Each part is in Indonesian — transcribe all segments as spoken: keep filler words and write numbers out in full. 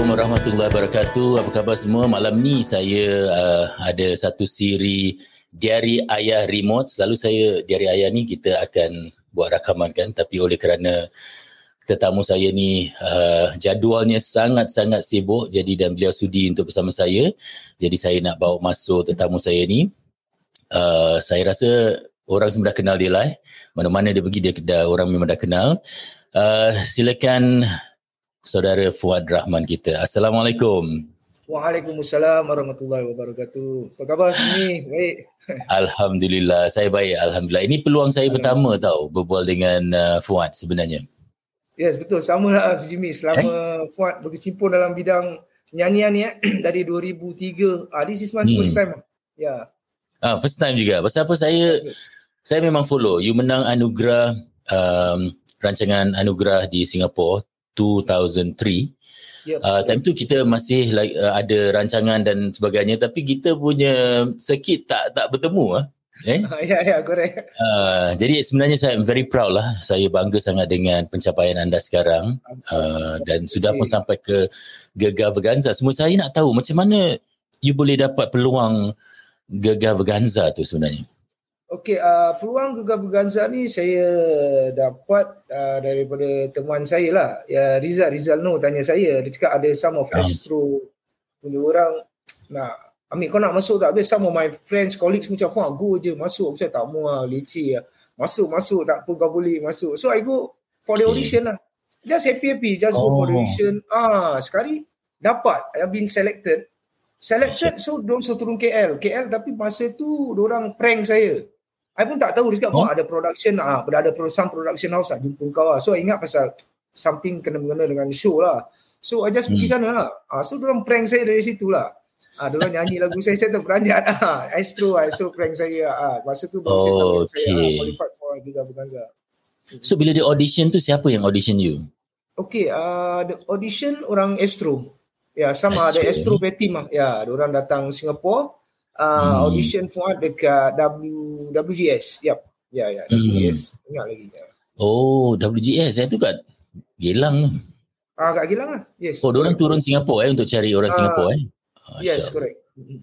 warahmatullahi wabarakatuh. Apa khabar semua? Malam ni saya uh, ada satu siri Diari Ayah Remote. Selalu saya Diari Ayah ni kita akan buat rakaman kan, tapi oleh kerana tetamu saya ni uh, jadualnya sangat-sangat sibuk, jadi dan beliau sudi untuk bersama saya. Jadi saya nak bawa masuk tetamu saya ni. Uh, saya rasa orang semua dah kenal dia lah. Eh. Mana-mana dia pergi dia dah, orang memang dah kenal. Uh, silakan Saudara Fuad Rahman kita. Assalamualaikum. Waalaikumsalam warahmatullahi wabarakatuh. Apa khabar sini? Baik. Alhamdulillah, saya baik. Alhamdulillah. Ini peluang saya pertama tahu berbual dengan uh, Fuad sebenarnya. Yes, betul. Sama lah Jimmy. Selama eh? Fuad berkecimpung dalam bidang nyanyian ni eh, dari dua ribu tiga. Ah, this is my hmm. first time. Ya. Yeah. Ah, first time juga. Pasal apa saya okay. saya memang follow. You menang anugerah um, rancangan anugerah di Singapura two thousand three. Yep. Uh, time tu kita masih like, uh, ada rancangan dan sebagainya, tapi kita punya circuit tak tak bertemu ah. Eh? Ya ya, correct. Uh, jadi sebenarnya saya very proud lah. Saya bangga sangat dengan pencapaian anda sekarang. Uh, dan sudah pun sampai ke Gegar Verganza. Semua saya nak tahu macam mana you boleh dapat peluang Gegar Verganza tu sebenarnya. Okey, uh, peluang Gegar Verganza ni saya dapat uh, daripada temuan saya lah. Ya, Rizal, Rizal Noh tanya saya. Dia cakap ada some of Astro punya orang nak, Amir kau nak masuk tak? Habis some of my friends, colleagues macam, Fuad go je masuk. Aku cakap tak mau lah, leceh lah. Masuk, masuk, tak apa kau boleh masuk. So I go for the audition lah. Just happy-happy, just oh. go for the audition. Ah, sekali dapat, I have been selected. Selected, so diorang suruh turun K L. K L tapi masa tu diorang prank saya. I pun tak tahu, dia cakap, oh? ada production, ah, ada some production house nak jumpa kau lah. So I ingat pasal something kena-mengena dengan show lah. So I just hmm. pergi sana lah. Ah, so diorang prank saya dari situ lah. Ah, diorang nyanyi lagu saya, saya terperanjat. Ah, Astro, Astro prank saya. Ah, masa tu baru oh, saya tahu okay. saya ah, qualified for Gegar Verganza. So bila dia audition tu, siapa yang audition you? Okay, uh, the audition orang Astro. Ya, sama Astro. Ada Astro Betim lah. Ya, diorang datang Singapura. Uh, hmm. Audition Fuad dekat W W G S. Yap. Ya ya, W G S. Hmm. Ingat lagi. Ya. Oh, W G S eh tu kat Gelang. Ah, kat Gelang lah. Yes. Oh, diorang turun Singapura eh untuk cari orang uh, Singapura eh. Oh, yes, correct.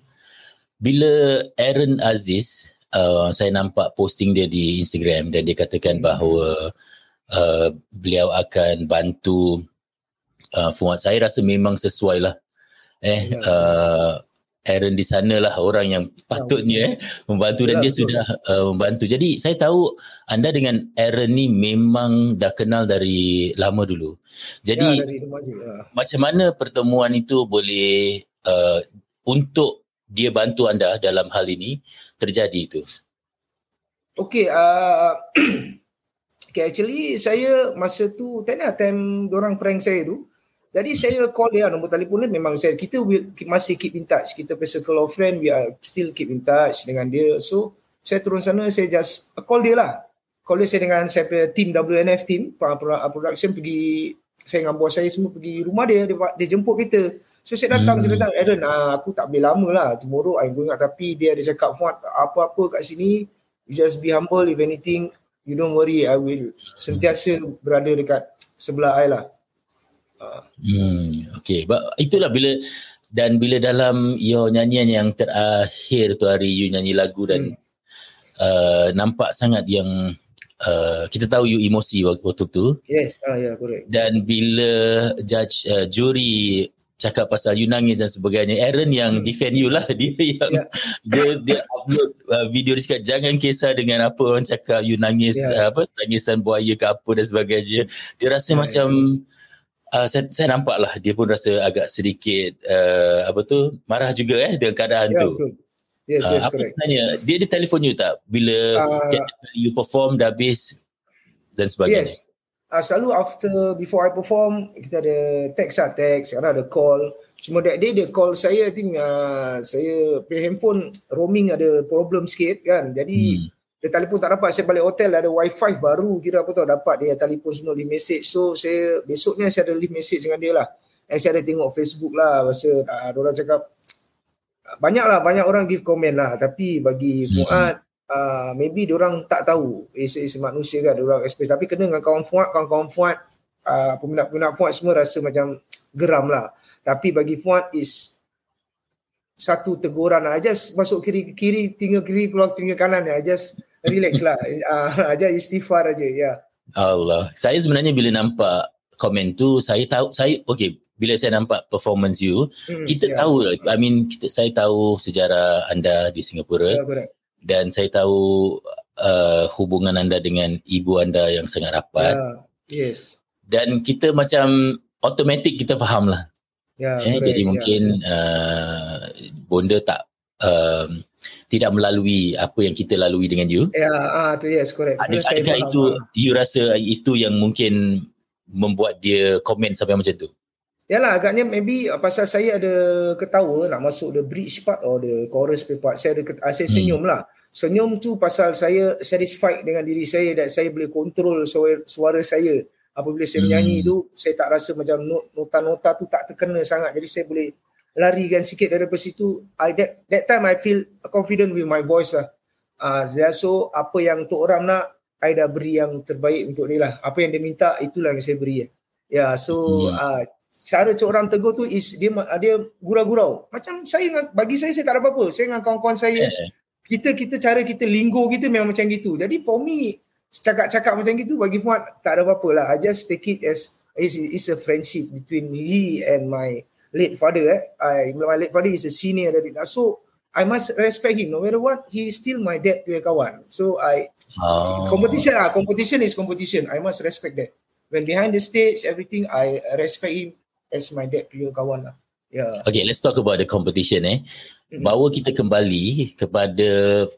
Bila Aaron Aziz, uh, saya nampak posting dia di Instagram dan dia katakan hmm. bahawa uh, beliau akan bantu uh, Fuad. Saya rasa memang sesuai lah. Eh, ya. uh, Aaron di sana lah orang yang patutnya eh, membantu dan dia sudah uh, membantu. Jadi saya tahu anda dengan Aaron ni memang dah kenal dari lama dulu. Jadi ya, dari remaja, ya. Macam mana pertemuan itu boleh uh, untuk dia bantu anda dalam hal ini terjadi itu? Okay, uh, okay, actually saya masa tu tanya time diorang prank saya tu. Jadi saya call dia, nombor telefon dia memang saya, kita will, masih keep in touch. Kita punya circle of friend, we are still keep in touch dengan dia. So, saya turun sana, saya just call dia lah. Call dia saya dengan saya punya team, W N F team, production pergi, saya dengan bos saya semua pergi rumah dia, dia, dia jemput kita. So, saya datang, hmm. saya datang, Aaron, ah, aku tak boleh lama lah. Tomorrow, I'm going out. Tapi dia ada cakap, Fuad, apa-apa kat sini, you just be humble. If anything, you don't worry, I will sentiasa berada dekat sebelah I lah. Hmm, okay. Itulah bila dan bila dalam your nyanyian yang terakhir tu hari you nyanyi lagu dan hmm. uh, nampak sangat yang uh, kita tahu you emosi waktu tu. Yes, ah, yeah, correct. Dan bila judge uh, juri cakap pasal you nangis dan sebagainya, Aaron yang hmm. defend you lah, dia yang yeah. dia dia upload uh, video dia cakap jangan kisah dengan apa orang cakap you nangis yeah. uh, apa tangisan buaya ke apa dan sebagainya. Dia rasa yeah, macam yeah. Uh, saya, saya nampak lah dia pun rasa agak sedikit uh, apa tu marah juga eh dengan keadaan yeah, tu. Betul. Yes, yes, uh, apa correct. sebenarnya dia dia telefon you tak bila uh, you perform dah habis dan sebagainya? Yes. Uh, selalu after before I perform kita ada text lah text, ada ada call. Cuma that day dia call saya, I think uh, saya pay handphone roaming ada problem sikit kan. Jadi hmm. dia telefon tak dapat, saya balik hotel ada wifi baru kira apa tau dapat, dia telefon semua leave message. So saya besoknya saya ada leave message dengan dia lah. And saya ada tengok Facebook lah, rasa uh, diorang cakap banyak lah, banyak orang give komen lah. Tapi bagi Fuad uh, maybe diorang tak tahu, isi manusia kan, diorang expect. Tapi kena dengan kawan Fuad, kawan-kawan Fuad, uh, peminat-peminat Fuad semua rasa macam geram lah. Tapi bagi Fuad is satu teguran. I just masuk kiri kiri tinggal kiri keluar tinggal kanan. I just relax lah. uh, I just istighfar aja. Ya. Yeah. Allah. Saya sebenarnya bila nampak komen tu, saya tahu, saya okay, bila saya nampak performance you, hmm, kita yeah. tahu, I mean, kita, saya tahu sejarah anda di Singapura, yeah, dan saya tahu uh, hubungan anda dengan ibu anda yang sangat rapat. Yeah. Yes. Dan kita macam automatik kita faham lah. Yeah, eh, jadi mungkin yeah. uh, bonda tak um, tidak melalui apa yang kita lalui dengan you. Ya, yeah, ah, tu yes, correct. Adakah, adakah itu ah. you rasa itu yang mungkin membuat dia komen sampai macam tu? Yalah, agaknya maybe pasal saya ada ketawa nak masuk the bridge part or the chorus part. Saya ada saya senyum hmm. lah. Senyum tu pasal saya satisfied dengan diri saya dan saya boleh kontrol suara, suara saya. Apabila saya menyanyi hmm. tu, saya tak rasa macam not, nota-nota tu tak terkena sangat. Jadi saya boleh larikan sikit daripada situ. I, that, that time I feel confident with my voice lah. Uh, so, apa yang untuk orang nak, I dah beri yang terbaik untuk dia lah. Apa yang dia minta, itulah yang saya beri. Ya, yeah, so uh, cara cik orang tegur tu is dia dia gurau-gurau. Macam saya, bagi saya, saya tak ada apa-apa. Saya dengan kawan-kawan saya, kita kita cara kita linggo kita memang macam gitu. Jadi for me, cakap-cakap macam gitu bagi Fuad tak ada apa-apa lah. I just take it as it's, it's a friendship between he and my late father. Eh. I, my late father is a senior dari so I must respect him no matter what. He is still my dad punya kawan. So I oh. competition ah competition is competition. I must respect that. When behind the stage everything I respect him as my dad punya kawan lah. Yeah. Okay, let's talk about the competition eh. Mm-hmm. Bawa kita kembali kepada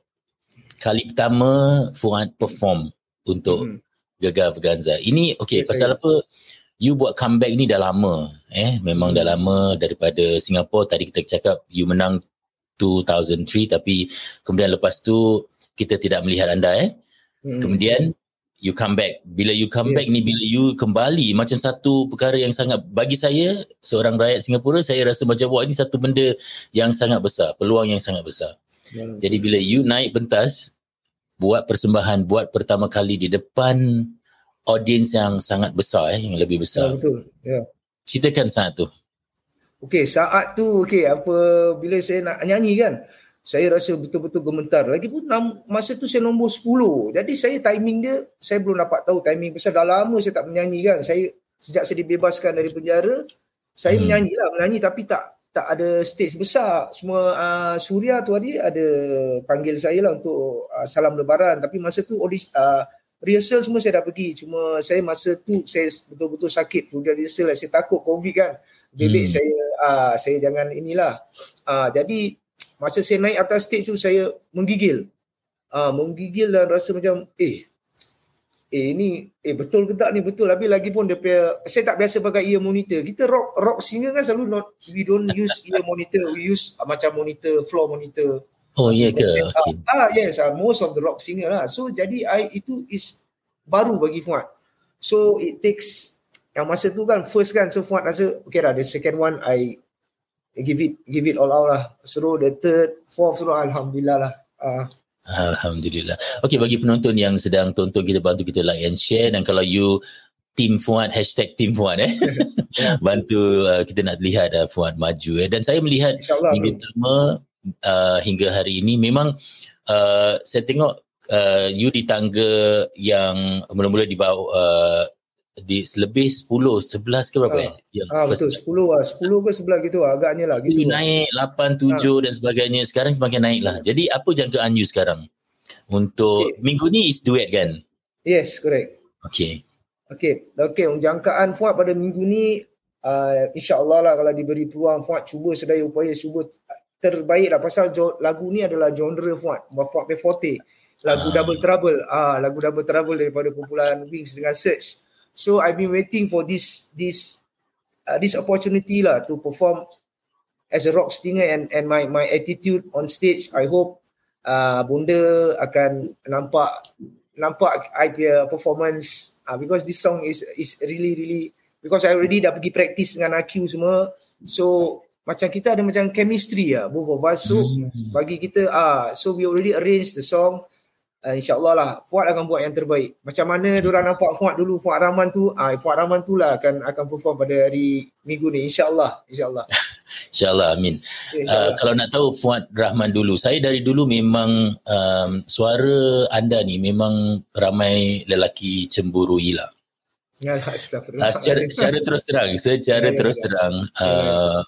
kali pertama Fuad perform untuk hmm. Gegar Verganza. Ini okay, yes, pasal saya. apa you buat comeback ni dah lama eh memang hmm. dah lama daripada Singapura. Tadi kita cakap you menang two thousand three tapi kemudian lepas tu kita tidak melihat anda eh. Hmm. Kemudian you come back. Bila you come yes. back ni, bila you kembali, macam satu perkara yang sangat, bagi saya seorang rakyat Singapura, saya rasa macam wah ini satu benda yang sangat besar, peluang yang sangat besar. Hmm. Jadi bila you naik pentas buat persembahan buat pertama kali di depan audiens yang sangat besar eh yang lebih besar. Ya, betul. Ya. Ceritakan saat tu. Okey, saat tu okey apa bila saya nak nyanyi kan, saya rasa betul-betul gemetar. Lagipun masa tu saya nombor sepuluh. Jadi saya timing dia saya belum dapat tahu timing pasal dah lama saya tak menyanyi kan. Saya sejak saya dibebaskan dari penjara, saya hmm. menyanyilah, menyanyi tapi tak tak ada stage besar. Semua uh, Suria tu hari ada panggil saya lah untuk uh, salam lebaran. Tapi masa tu audis, uh, rehearsal semua saya dah pergi. Cuma saya masa tu saya betul-betul sakit. Sudah rehearsal, saya takut COVID kan. Bebek hmm. saya uh, saya jangan inilah. Uh, jadi masa saya naik atas stage tu saya menggigil. Uh, menggigil dan rasa macam eh Eh ni eh betul ke tak ni betul tapi lagi pun dia punya, saya tak biasa pakai ear monitor. Kita rock rock singer kan selalu not we don't use ear monitor, we use uh, macam monitor floor monitor. Oh iya yeah, ke? Okay. Ah yes, uh, most of the rock singer lah. So jadi I itu is baru bagi Fuad. So it takes yang masa tu kan first kan, so Fuad rasa okay lah, the second one I give it give it all out lah. So the third, fourth, so alhamdulillah lah. Uh, Alhamdulillah. Okey, bagi penonton yang sedang tonton kita, bantu kita like and share, dan kalau you Team Fuad, hashtag Team Fuad eh. bantu uh, kita nak lihat uh, Fuad maju eh. Dan saya melihat minggu pertama uh, hingga hari ini memang uh, saya tengok uh, you di tangga yang mula-mula di bawah uh, di lebih sepuluh, sebelas ke berapa ha. eh? Yang ha, betul, sepuluh lah. sepuluh ke sebelas gitu lah, agaknya lah. Gitu. Naik lapan, tujuh ha. dan sebagainya. Sekarang semakin naik lah. Jadi apa jangkaan you sekarang? Untuk okay. minggu ni is duet kan? Yes, correct. Okay. Okay, okay. Jangkaan Fuad pada minggu ni, uh, insyaAllah lah kalau diberi peluang, Fuad cuba sedaya upaya, cuba terbaik lah. Pasal lagu ni adalah genre Fuad. Fuad P forty. Lagu ah. Double Trouble. Ah, lagu Double Trouble daripada kumpulan Wings dengan Search. So I've been waiting for this this uh, this opportunity lah to perform as a rock singer, and and my my attitude on stage. I hope uh, Bonda akan nampak nampak I punya performance uh, because this song is is really really because I already dah pergi practice dengan A Q semua. So macam kita ada macam chemistry lah both of us. So hmm. bagi kita ah uh, so we already arrange the song. uh, insyaAllah lah Fuad akan buat yang terbaik. Macam mana diorang nampak Fuad dulu, Fuad Rahman tu, uh, Fuad Rahman tu lah akan akan perform pada hari minggu ni, insyaAllah. InsyaAllah. InsyaAllah, amin. Ya, insya uh, kalau nak tahu Fuad Rahman dulu, saya dari dulu memang um, suara anda ni memang ramai lelaki cemburui lah. Ya, astagfirullah. Uh, secara, secara terus terang, secara ya, ya, terus ya. terang, uh,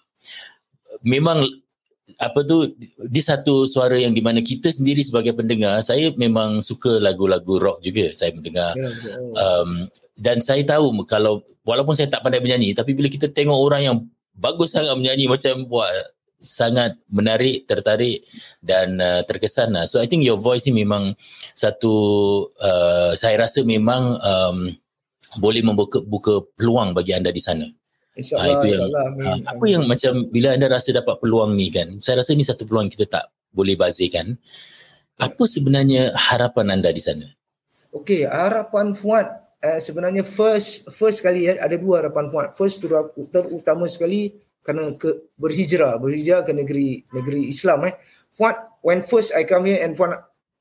memang apa tu, di satu suara yang di mana kita sendiri sebagai pendengar, saya memang suka lagu-lagu rock juga saya mendengar. Ya, um, dan saya tahu kalau walaupun saya tak pandai menyanyi, tapi bila kita tengok orang yang bagus sangat menyanyi, macam wah, sangat menarik, tertarik dan uh, terkesan lah. So I think your voice ni memang satu, uh, saya rasa memang um, boleh membuka buka peluang bagi anda di sana. InsyaAllah, ha, itu yang, insyaAllah, ha, apa yang macam bila anda rasa dapat peluang ni kan, saya rasa ni satu peluang kita tak boleh bazirkan. Apa sebenarnya harapan anda di sana? Okey, harapan Fuad uh, sebenarnya first first kali ya, ada dua harapan Fuad. First terutama sekali kerana ke, berhijrah, berhijrah ke negeri negeri Islam eh. Fuad, when first I come here and Fuad,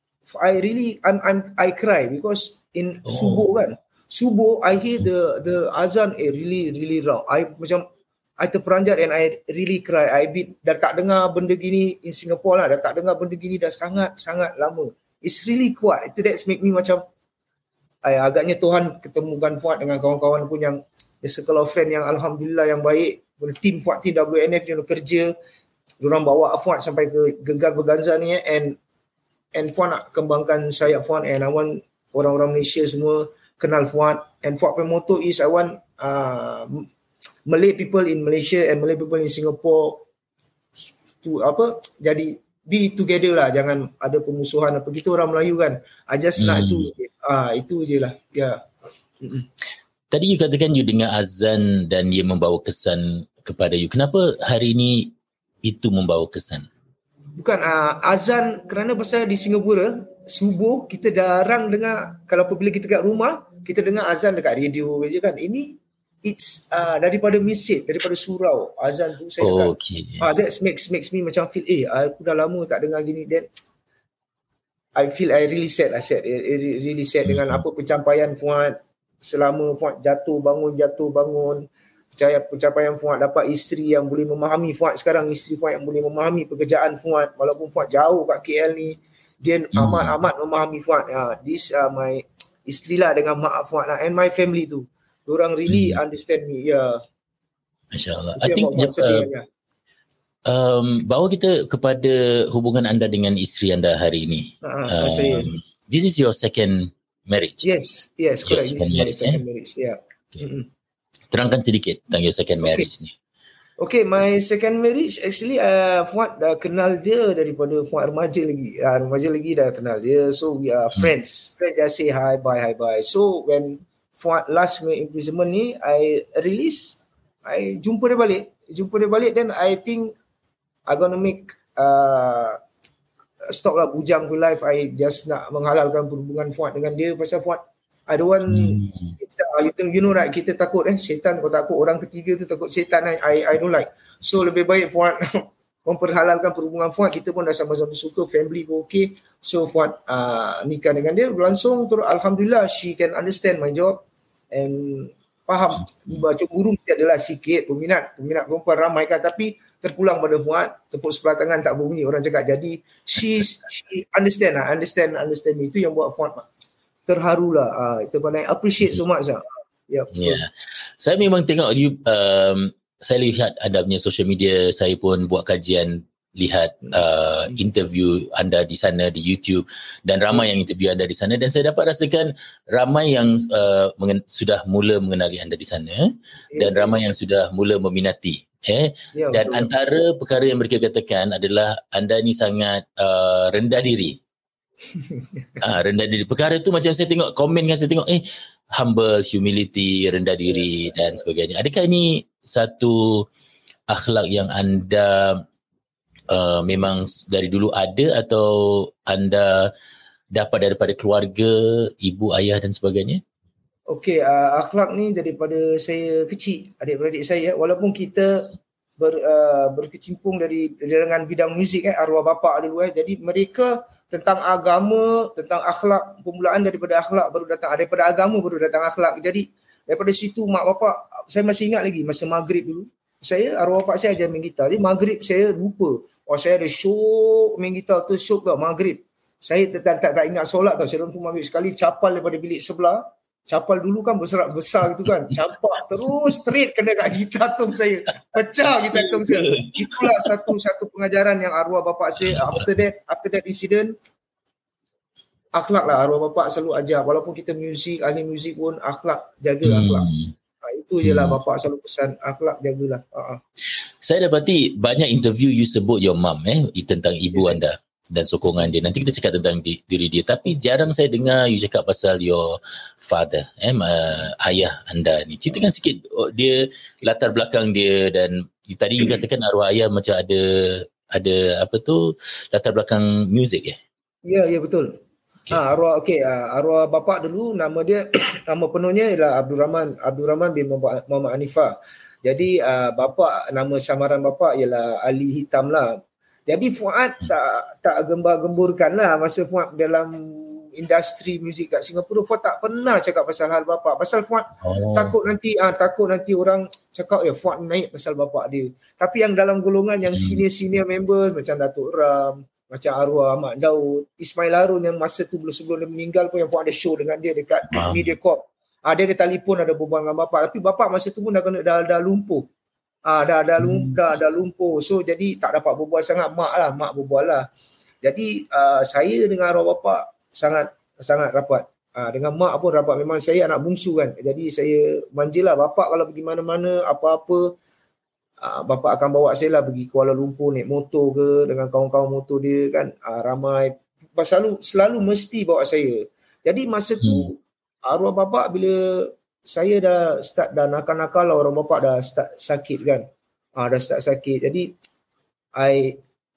I really I'm, I'm I cry because in oh. subuh kan. Subuh, I hear the the azan eh really really raw. I macam I terperanjat and I really cry. I been dah tak dengar benda gini in Singapore lah. Dah tak dengar benda gini dah sangat sangat lama. It's really kuat. Itu that's make me macam I, agaknya Tuhan ketemukan Fuad dengan kawan-kawan pun yang the circle of friend yang alhamdulillah yang baik. Team Fuad, team W N F dia kerja. Diorang bawa Fuad sampai ke Gegar Berganza ni eh, and and Fuad nak kembangkan sayap Fuad and I want orang-orang Malaysia semua kenal Fuad, and Fuad punya motto is I want uh, Malay people in Malaysia and Malay people in Singapore to apa jadi be together lah, jangan ada permusuhan apa gitu orang Melayu kan. I just hmm. nak itu ah itu je lah ya. Yeah. Tadi you katakan you dengar azan dan ia membawa kesan kepada you. Kenapa hari ini itu membawa kesan? Bukan uh, azan kerana pasal di Singapura subuh kita jarang dengar, kalau apabila kita kat rumah kita dengar azan dekat radio je kan. Ini it's uh, daripada masjid, daripada surau azan tu saya oh, dengar. Okay. Ah, that makes makes me macam feel eh aku dah lama tak dengar gini, then I feel I really sad lah sad really sad mm-hmm. dengan apa pencapaian Fuad selama Fuad jatuh bangun jatuh bangun. Percaya pencapaian Fuad dapat isteri yang boleh memahami Fuad sekarang, isteri Fuad yang boleh memahami pekerjaan Fuad walaupun Fuad jauh kat K L ni, dia mm. amat-amat memahami Fuad. Uh, this uh, my isteri lah dengan mak Fuad lah and my family tu. Diorang really mm. understand me. Ya. Yeah. Masya-Allah. I think uh, um, bawa kita kepada hubungan anda dengan isteri anda hari ini. Uh, um, this is your second marriage. Yes, yes, correct. This is my second marriage. Yeah. Okay. Mm-hmm. Terangkan sedikit tentang your second marriage okay. ni. Okay, my second marriage actually uh, Fuad dah kenal dia daripada Fuad remaja lagi. Uh, remaja lagi dah kenal dia. So we are friends. Hmm. Friends just say hi, bye, hi, bye. So when Fuad last imprisonment ni, I release, I jumpa dia balik. Jumpa dia balik, then I think I gonna make uh, stop lah bujang for life. I just nak menghalalkan perhubungan Fuad dengan dia pasal Fuad I don't want hmm. kita, you know right, kita takut eh syaitan, kau takut orang ketiga tu takut syaitan, I I don't like. So lebih baik Fuad memperhalalkan perhubungan Fuad, kita pun dah sama-sama suka, family pun okey. So Fuad uh, nikah dengan dia berlangsung terus, alhamdulillah she can understand my job and faham. Cemburu mesti adalah sikit, peminat peminat perempuan ramai kan, tapi terpulang pada Fuad, tepuk sebelah tangan tak berbunyi orang cakap. Jadi she she understand lah, understand understand me. Itu yang buat Fuad terharulah. Ah, itu pandai appreciate so much lah. Ya. Yeah, yeah. Saya memang tengok you, um, saya lihat anda punya social media, saya pun buat kajian, lihat uh, interview anda di sana di YouTube dan ramai yang interview anda di sana, dan saya dapat rasakan ramai yang uh, mengen- sudah mula mengenali anda di sana, yes, dan ramai yang sudah mula meminati. Eh, ya, dan betul. Antara perkara yang mereka katakan adalah anda ni sangat uh, rendah diri. ah, rendah diri. Perkara tu macam saya tengok komen kan, saya tengok eh humble, humility, rendah diri yeah. dan sebagainya. Adakah ini satu akhlak yang anda uh, memang dari dulu ada, atau anda dapat daripada keluarga, ibu, ayah dan sebagainya? Okey, uh, akhlak ni daripada saya kecil, adik-beradik saya, walaupun kita ber, uh, berkecimpung dari dengan bidang muzik eh, arwah bapa dulu eh, jadi mereka tentang agama, tentang akhlak, permulaan daripada akhlak baru datang, daripada agama baru datang akhlak. Jadi daripada situ mak bapak, saya masih ingat lagi masa maghrib dulu, saya, arwah bapak saya ajar main gitar. Jadi maghrib saya lupa, oh saya ada show main gitar tu, show tau maghrib. Saya tak, tak, tak, tak ingat solat tau, saya lupa maghrib. Sekali capal daripada bilik sebelah, capal dulu kan besar besar gitu kan, campak terus straight kena kat gitar tung saya, pecah gitar tung saya. Itulah satu satu pengajaran yang arwah bapak saya. After that, after that incident, akhlak lah arwah bapak selalu ajar. Walaupun kita muzik, ahli muzik pun, akhlak, jaga hmm. akhlak. Ha, itu je lah hmm. bapak selalu pesan, akhlak jagalah. Ha. Saya dapati banyak interview you sebut your mum eh tentang ibu yes, anda dan sokongan dia. Nanti kita cakap tentang di, diri dia. Tapi jarang saya dengar you cakap pasal your father, eh, uh, ayah anda ni. Ceritakan sikit oh, dia, latar belakang dia, dan tadi you katakan arwah ayah macam ada ada apa tu, latar belakang muzik eh? Ya, ya betul. Okay. Ha, arwah okey, uh, arwah bapa dulu nama dia nama penuhnya ialah Abdul Rahman Abdul Rahman bin Muhammad Hanifah. Jadi uh, bapa, nama samaran bapa ialah Ali Hitam lah. Jadi Fuad tak tak gembar-gemburkan lah masa Fuad dalam industri muzik kat Singapura. Fuad tak pernah cakap pasal hal bapa. Pasal Fuad oh. takut nanti ah takut nanti orang cakap ya Fuad naik pasal bapa dia. Tapi yang dalam golongan yang senior-senior members macam Datuk Ram, macam arwah Ahmad Daud, Ismail Harun yang masa tu sebelum dia meninggal pun yang Fuad ada show dengan dia dekat wow. Mediacorp. Ah dia ada telefon, ada berbual dengan bapa. Tapi bapa masa tu pun dah kena dah, dah lumpuh. Ah dah dah lumpuh, dah, dah lumpuh. So jadi tak dapat berbual sangat, mak lah, mak berbual lah. Jadi uh, saya dengan arwah bapa sangat sangat rapat. Ah dengan mak pun rapat. Memang saya anak bungsu kan. Jadi saya manjalah bapa kalau pergi mana-mana apa-apa, uh, bapa akan bawa saya lah pergi Kuala Lumpur naik motor ke dengan kawan-kawan motor dia kan. Uh, ramai selalu selalu mesti bawa saya. Jadi masa tu hmm. arwah bapa bila saya dah start dah nakal-nakal lah, orang bapa dah start sakit kan. Ah dah start sakit. Jadi I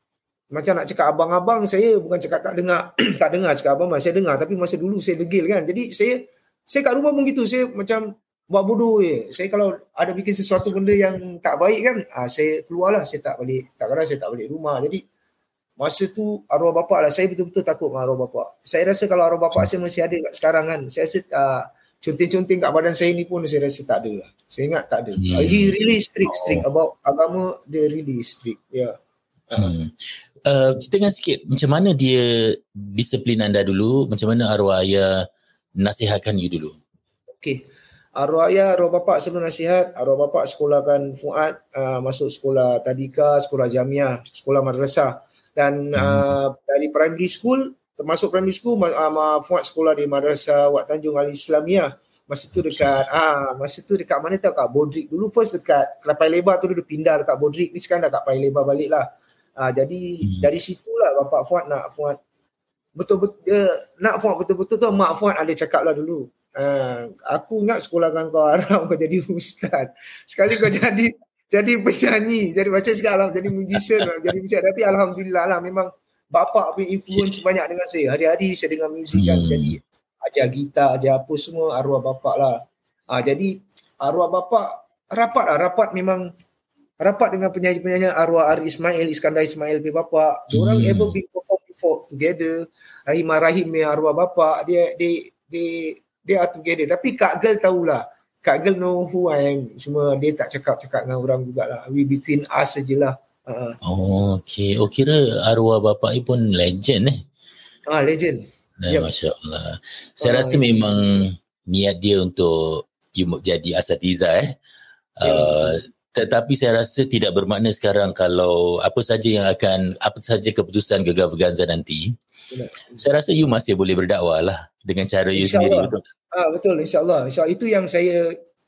macam nak cakap abang-abang, saya bukan cakap tak dengar, tak dengar cakap abang, saya dengar, tapi masa dulu saya degil kan. Jadi saya saya kat rumah pun gitu, saya macam buat bodoh je. Saya kalau ada bikin sesuatu benda yang tak baik kan, ah saya keluarlah, saya tak balik. Tak kadang saya tak balik rumah. Jadi masa tu arwah bapa lah, saya betul-betul takut dengan arwah bapa. Saya rasa kalau arwah bapa saya masih ada kat sekarang kan, saya rasa uh, conteng-conteng kat badan saya ni pun saya rasa tak ada lah. Saya ingat tak ada. Hmm. He really strict, strict oh. about agama, dia really strict. Ya. Yeah. Hmm. Uh, ceritakan sikit macam mana dia disiplin anda dulu, macam mana arwah ayah nasihatkan you dulu. Okey. Arwah ayah, arwah bapa selalu nasihat. Arwah bapa sekolahkan Fuad uh, masuk sekolah tadika, sekolah jamiah, sekolah madrasah. Dan hmm. uh, dari primary school, termasuk primary school, uh, Fuad sekolah di Madrasah Wak Tanjung Al Islamiah. Masa tu dekat ah masa tu dekat mana tahu, kat Bodrik. Dulu first dekat Pai Lebar tu dia pindah dekat Bodrik. Ni sekarang dah kat Pai Lebar baliklah. Ah jadi hmm. dari situlah bapak Fuad nak Fuad betul-betul dia nak Fuad betul-betul tu, mak Fuad ada cakap lah dulu. Ah aku ingat sekolahkan kau haram kau jadi ustaz. Sekali kau jadi jadi penyanyi, jadi macam sekarang jadi musician, jadi macam, tapi alhamdulillah lah memang bapak punya influence banyak dengan saya. Hari-hari saya dengar muzik kan. Hmm. Jadi ajar gitar, ajar apa semua arwah bapak lah. Ah, jadi arwah bapak rapat lah. Rapat memang rapat dengan penyanyi-penyanyi arwah Ari Ismail, Iskandar Ismail punya bapak. Diorang hmm. ever been perform before together. Rahimah Rahim punya arwah bapak. Dia, dia, dia, dia are together. Tapi Kak Girl tahulah. Kak Girl know who I am. Semua dia tak cakap-cakap dengan orang jugalah. We between us sajalah. Uh. Oh, okay. Oh, kira arwah bapak ni pun legend eh? Ah, legend. Nah, yep. Masya Allah. Saya uh, rasa yeah. memang niat dia untuk you jadi asatiza eh. Yeah. Uh, tetapi saya rasa tidak bermakna sekarang kalau apa saja yang akan, apa saja keputusan Gegar Verganza nanti, benar. Saya rasa you masih boleh berdakwah lah dengan cara you sendiri. Betul? Ah, betul, insyaAllah. InsyaAllah. Itu yang saya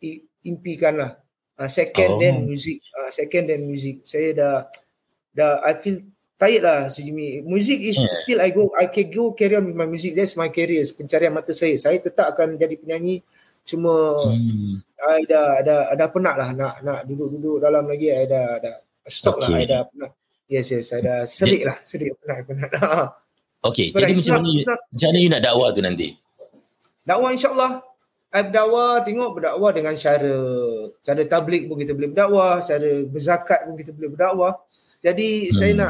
impikan lah. Uh, second oh. then music, uh, second then music. Saya dah, dah I feel tired lah sejumi. Music is yeah. still I go, I can go carry on with my music. That's my career, pencarian mata saya. Saya tetap akan jadi penyanyi. Cuma hmm. I dah, dah, dah penat lah nak, nak duduk-duduk dalam lagi. I dah, dah stop okay. lah. I dah penat. Yes, yes. I dah serik lah. Serik, penat, penat. Okay, jadi macam mana, macam mana you nak dakwah tu nanti? Dakwah insyaAllah. I berdakwah, tengok berdakwah dengan cara cara tabligh pun kita boleh berdakwah, cara berzakat pun kita boleh berdakwah. Jadi hmm. saya nak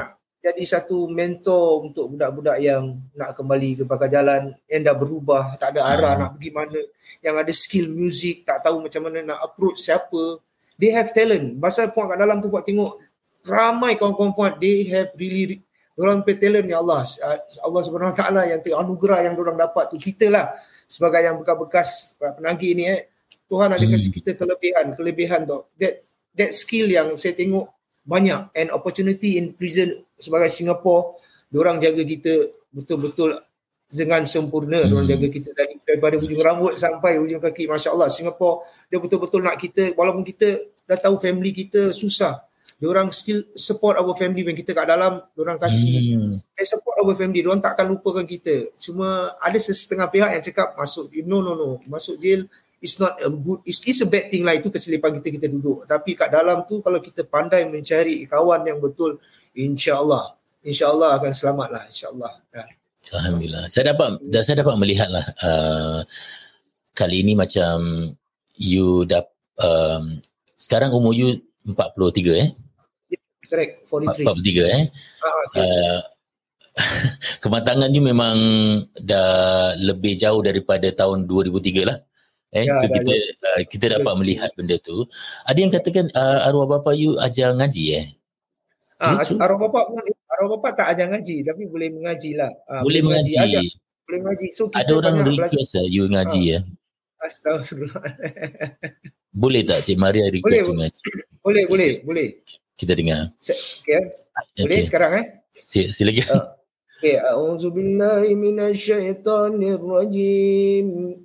jadi satu mentor untuk budak-budak yang nak kembali ke bakal jalan, yang dah berubah, tak ada arah nak pergi mana, yang ada skill music, tak tahu macam mana nak approach siapa. They have talent. Pasal Fuad kat dalam tu, Fuad tengok ramai kawan-kawan Fuad, they have really, diorang punya talent ya Allah. Allah Subhanahu Wa Taala yang anugerah yang diorang dapat tu. Kita lah sebagai yang bekas-bekas penagih ni, eh, Tuhan ada kasih kita kelebihan, kelebihan tu. That, that skill yang saya tengok banyak, and opportunity in prison sebagai Singapore, diorang jaga kita betul-betul dengan sempurna. Diorang jaga kita dari, daripada ujung rambut sampai ujung kaki. Masya Allah, Singapore dia betul-betul nak kita, walaupun kita dah tahu family kita susah, diorang still support our family. When kita kat dalam, diorang kasih hmm. they support our family. Diorang takkan lupakan kita. Cuma ada setengah pihak yang cakap masuk, no no no masuk jail it's not a good, it's, it's a bad thing lah. Itu keselipan kita, kita duduk. Tapi kat dalam tu, kalau kita pandai mencari kawan yang betul, insyaAllah, insyaAllah akan selamat lah, insyaAllah. Ya. Alhamdulillah. Saya dapat, saya dapat melihat lah, uh, kali ini macam you dah, um, sekarang umur you empat puluh tiga eh? Correct, empat puluh tiga. empat puluh tiga eh? Ah, uh, kematangan you memang dah lebih jauh daripada tahun dua ribu tiga lah. Eh, ya, so kita uh, kita dapat melihat benda tu. Ada yang katakan uh, arwah bapa you ajar ngaji eh? Ah, arwah bapa pun, arwah bapa tak ajar ngaji, tapi boleh mengaji lah. Ah, boleh, boleh mengaji. Ajar, boleh mengaji. So kita ada orang request lah you ngaji ya. Ah. Astagfirullah. Boleh tak Cik Maria request boleh, mengaji? Boleh, boleh, boleh. Kita dengar. Okay. Boleh okay. Sekarang eh? Silakan. Uh, okay. A'udzubillahi minasyaitonirrajim.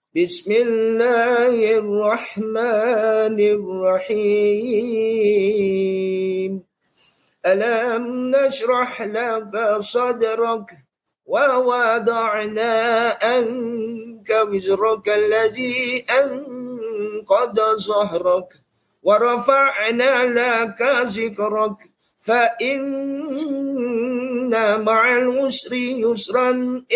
Bismillahirrahmanirrahim. Alam nashrah laka sadrak wa wada'na anka wizraka allazi anqadha zahrak wa rafa'na laka zikrak fa inna ma'al usri yusran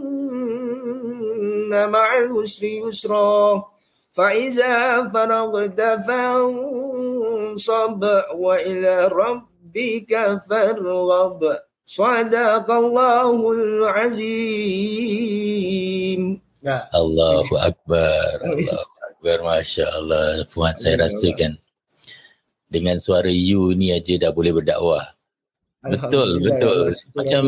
inna ma'al usri yusra fa iza faragta fansab wa ila rabbika farghab. Sadaqallahul azim. Nah. Allahu Akbar. Allahu Akbar. Masya Allah. Fuad, saya rasakan dengan suara you ni aja dah boleh berdakwah. Betul, betul. Macam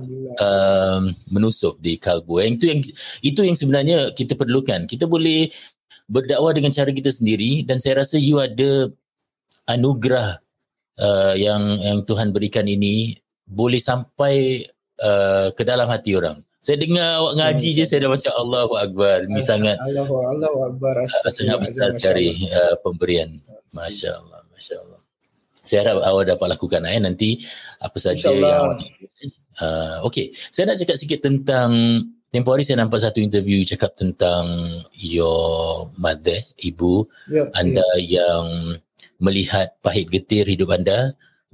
um, menusuk di kalbu. Yang itu yang itu yang sebenarnya kita perlukan. Kita boleh berdakwah dengan cara kita sendiri, dan saya rasa you ada anugerah uh, yang yang Tuhan berikan ini boleh sampai uh, ke dalam hati orang. Saya dengar awak ngaji je, saya dah macam Allahu Akbar. Ini sangat Allahu Allahu Akbar. Sangat besar sekali uh, pemberian. Masya Allah, Masya Allah. Saya harap awak dapat lakukan eh, nanti apa saja yang uh, okey. Saya nak cakap sikit tentang, tempoh hari saya nampak satu interview cakap tentang your mother, ibu yep, anda yep. yang melihat pahit getir hidup anda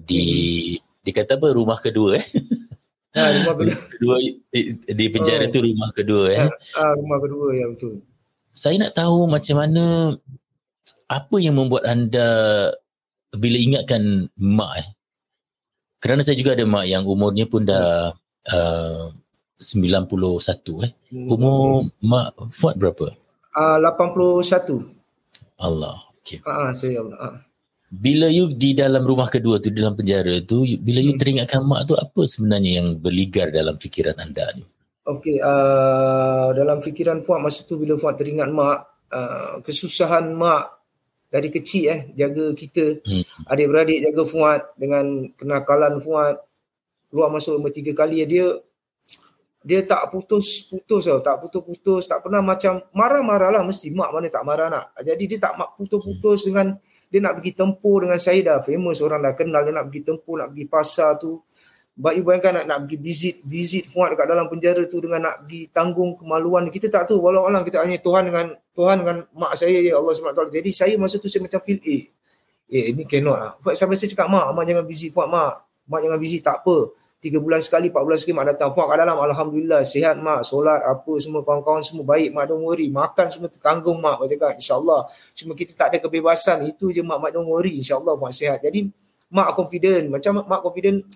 di hmm. dikata apa, rumah kedua eh. Ha, rumah kedua. kedua di penjara oh. tu rumah kedua eh. Ah, rumah kedua ya, betul. Saya nak tahu macam mana, apa yang membuat anda bila ingatkan mak eh. Kerana saya juga ada mak yang umurnya pun dah uh, sembilan puluh satu eh. Umur hmm. mak Fuad berapa? Uh, lapan puluh satu. Allah. Okey. Ah, saya Allah. Ah. Bila you di dalam rumah kedua tu, dalam penjara tu, bila you teringatkan mak tu, apa sebenarnya yang berligar dalam fikiran anda ni? Okey, uh, dalam fikiran Fuad masa tu, bila Fuad teringat mak, uh, kesusahan mak dari kecil eh, jaga kita, hmm. adik-beradik jaga Fuad dengan kenakalan Fuad, keluar masuk rumah tiga kali, dia dia tak putus-putus tau, tak putus-putus, tak pernah macam marah-marah lah, mesti mak mana tak marah nak. Jadi dia tak putus-putus hmm. dengan dia nak pergi tempur dengan saya, dah famous, orang dah kenal, dia nak pergi tempur, nak pergi pasar tu. But you bayangkan nak, nak pergi visit visit Fuad dekat dalam penjara tu dengan nak pergi tanggung kemaluan. Kita tak tahu, walau-walau kita hanya Tuhan dengan Tuhan dengan mak saya ya Allah subhanahu wa taala. Jadi saya masa tu saya macam feel eh eh ini cannot lah. Sampai saya cakap mak, mak jangan visit Fuad mak. Mak jangan visit, tak apa. tiga bulan sekali, empat bulan sekali mak datang. Fuad kat dalam, alhamdulillah sihat mak, solat apa semua, kawan-kawan semua baik, mak don't worry. Makan semua tertanggung mak, mak cakap insya-Allah. Cuma kita tak ada kebebasan, itu je mak, mak don't worry, insya-Allah mak sihat. Jadi mak confident, macam mak confident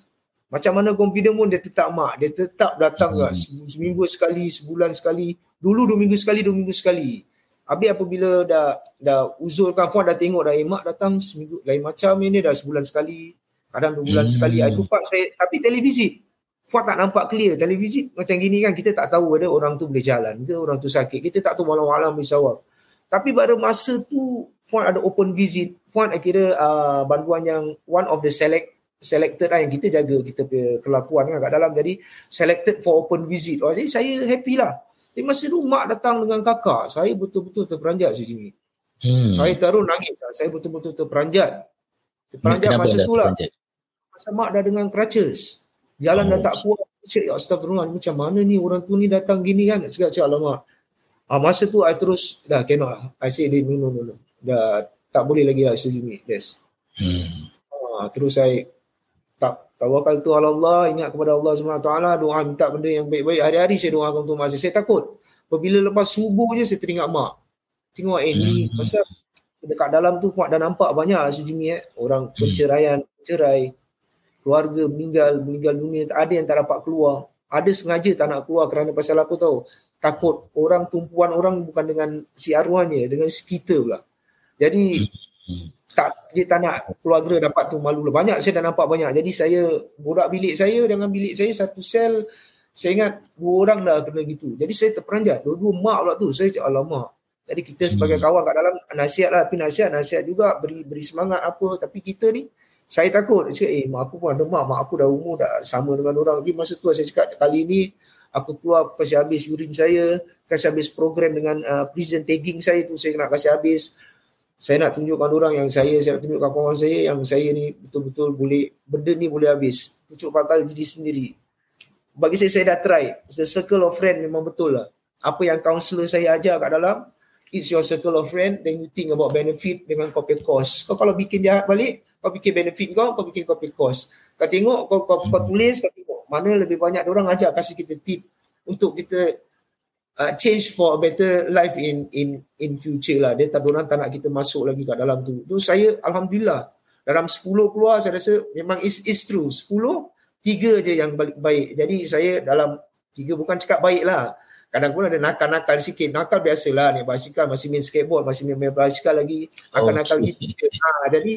Macam mana confident pun dia tetap mak. Dia tetap datang Hmm. lah. Seminggu sekali, sebulan sekali. Dulu dua minggu sekali, dua minggu sekali. Habis apabila dah dah uzurkan Fuad dah tengok dah, eh, mak datang seminggu lain macam ini dah sebulan sekali. Kadang dua bulan Hmm. sekali. Itu part saya, tapi televisit. Fuad tak nampak clear. Televisit macam gini kan, kita tak tahu whether orang tu boleh jalan ke, orang tu sakit. Kita tak tahu walau-walau misawab. Tapi pada masa tu Fuad ada open visit. Fuad kira uh, bantuan yang one of the select selected lah, yang kita jaga kita punya kelakuan kan kat dalam, jadi selected for open visit. Oh, jadi saya happy lah. Tapi masa tu mak datang dengan kakak, saya betul-betul terperanjat sejini. Hmm. Saya terus nangis lah. Saya betul-betul terperanjat. Terperanjat Kenapa masa anda tu lah. terperanjat? Masa mak dah dengan crutches. Jalan Oh. dah tak kuat. Cik, astagfirullah, macam mana ni orang tu ni datang gini kan. Cakap-cakap alamak. Ah, masa tu I terus dah cannot lah. I say no no no no. Dah tak boleh lagi lah sejini. Yes. Hmm. Ah, terus saya tak tawakal tu ala Allah, ingat kepada Allah Subhanahu Wa Taala, doa minta benda yang baik-baik. Hari-hari saya doakan untuk mak saya. Saya takut. Apabila lepas subuh je saya teringat mak. Tengok eh ni Hmm. pasal dekat dalam tu Fuad dah nampak banyak sejumi eh orang perceraian, cerai, keluarga meninggal, meninggal dunia, ada yang tak dapat keluar. Ada sengaja tak nak keluar kerana pasal apa tahu? Takut orang, tumpuan orang bukan dengan si arwahnya, dengan si kita pula. Jadi Hmm. tak, dia tak nak keluarga dapat tu malu lah. Banyak saya dah nampak banyak. Jadi saya, budak bilik saya dengan bilik saya satu sel, saya ingat dua orang dah kena gitu. Jadi saya terperanjat. Dua-dua mak pula tu. Saya cakap alamak. Jadi kita sebagai kawan kat dalam nasihat lah. Tapi nasihat, nasihat juga beri beri semangat apa. Tapi kita ni, saya takut. Saya cakap eh mak aku pun ada mak. Mak aku dah umur dah sama dengan orang. Jadi masa tu saya cakap kali ni aku keluar kasih habis urine saya. Kasih habis program dengan uh, prison tagging saya tu. Saya nak kasih habis. Saya nak tunjukkan orang yang saya, saya nak tunjukkan kawan saya yang saya ni betul-betul boleh, benda ni boleh habis. Pucuk pakal diri sendiri. Bagi saya, saya dah try. The circle of friend memang betul lah. Apa yang kaunselor saya ajar kat dalam, it's your circle of friend, then you think about benefit dengan kau pay cost. Kau kalau bikin jahat balik, kau bikin benefit kau, kau bikin kau pay cost. Kau tengok, kau, kau, kau tulis, kau tengok. Mana lebih banyak orang ajar kasih kita tip untuk kita Uh, change for a better life in in in future lah. Dia tak, orang tak nak kita masuk lagi kat dalam tu. Tu saya alhamdulillah dalam sepuluh keluar saya rasa memang is is true. sepuluh, tiga je yang balik baik. Jadi saya dalam tiga bukan cakap baik lah. Kadang pun ada nakal-nakal sikit. Nakal biasalah, naik basikal, masih main skateboard, masih main, main basikal lagi. Nakal-nakal okay. gitu. Ha, jadi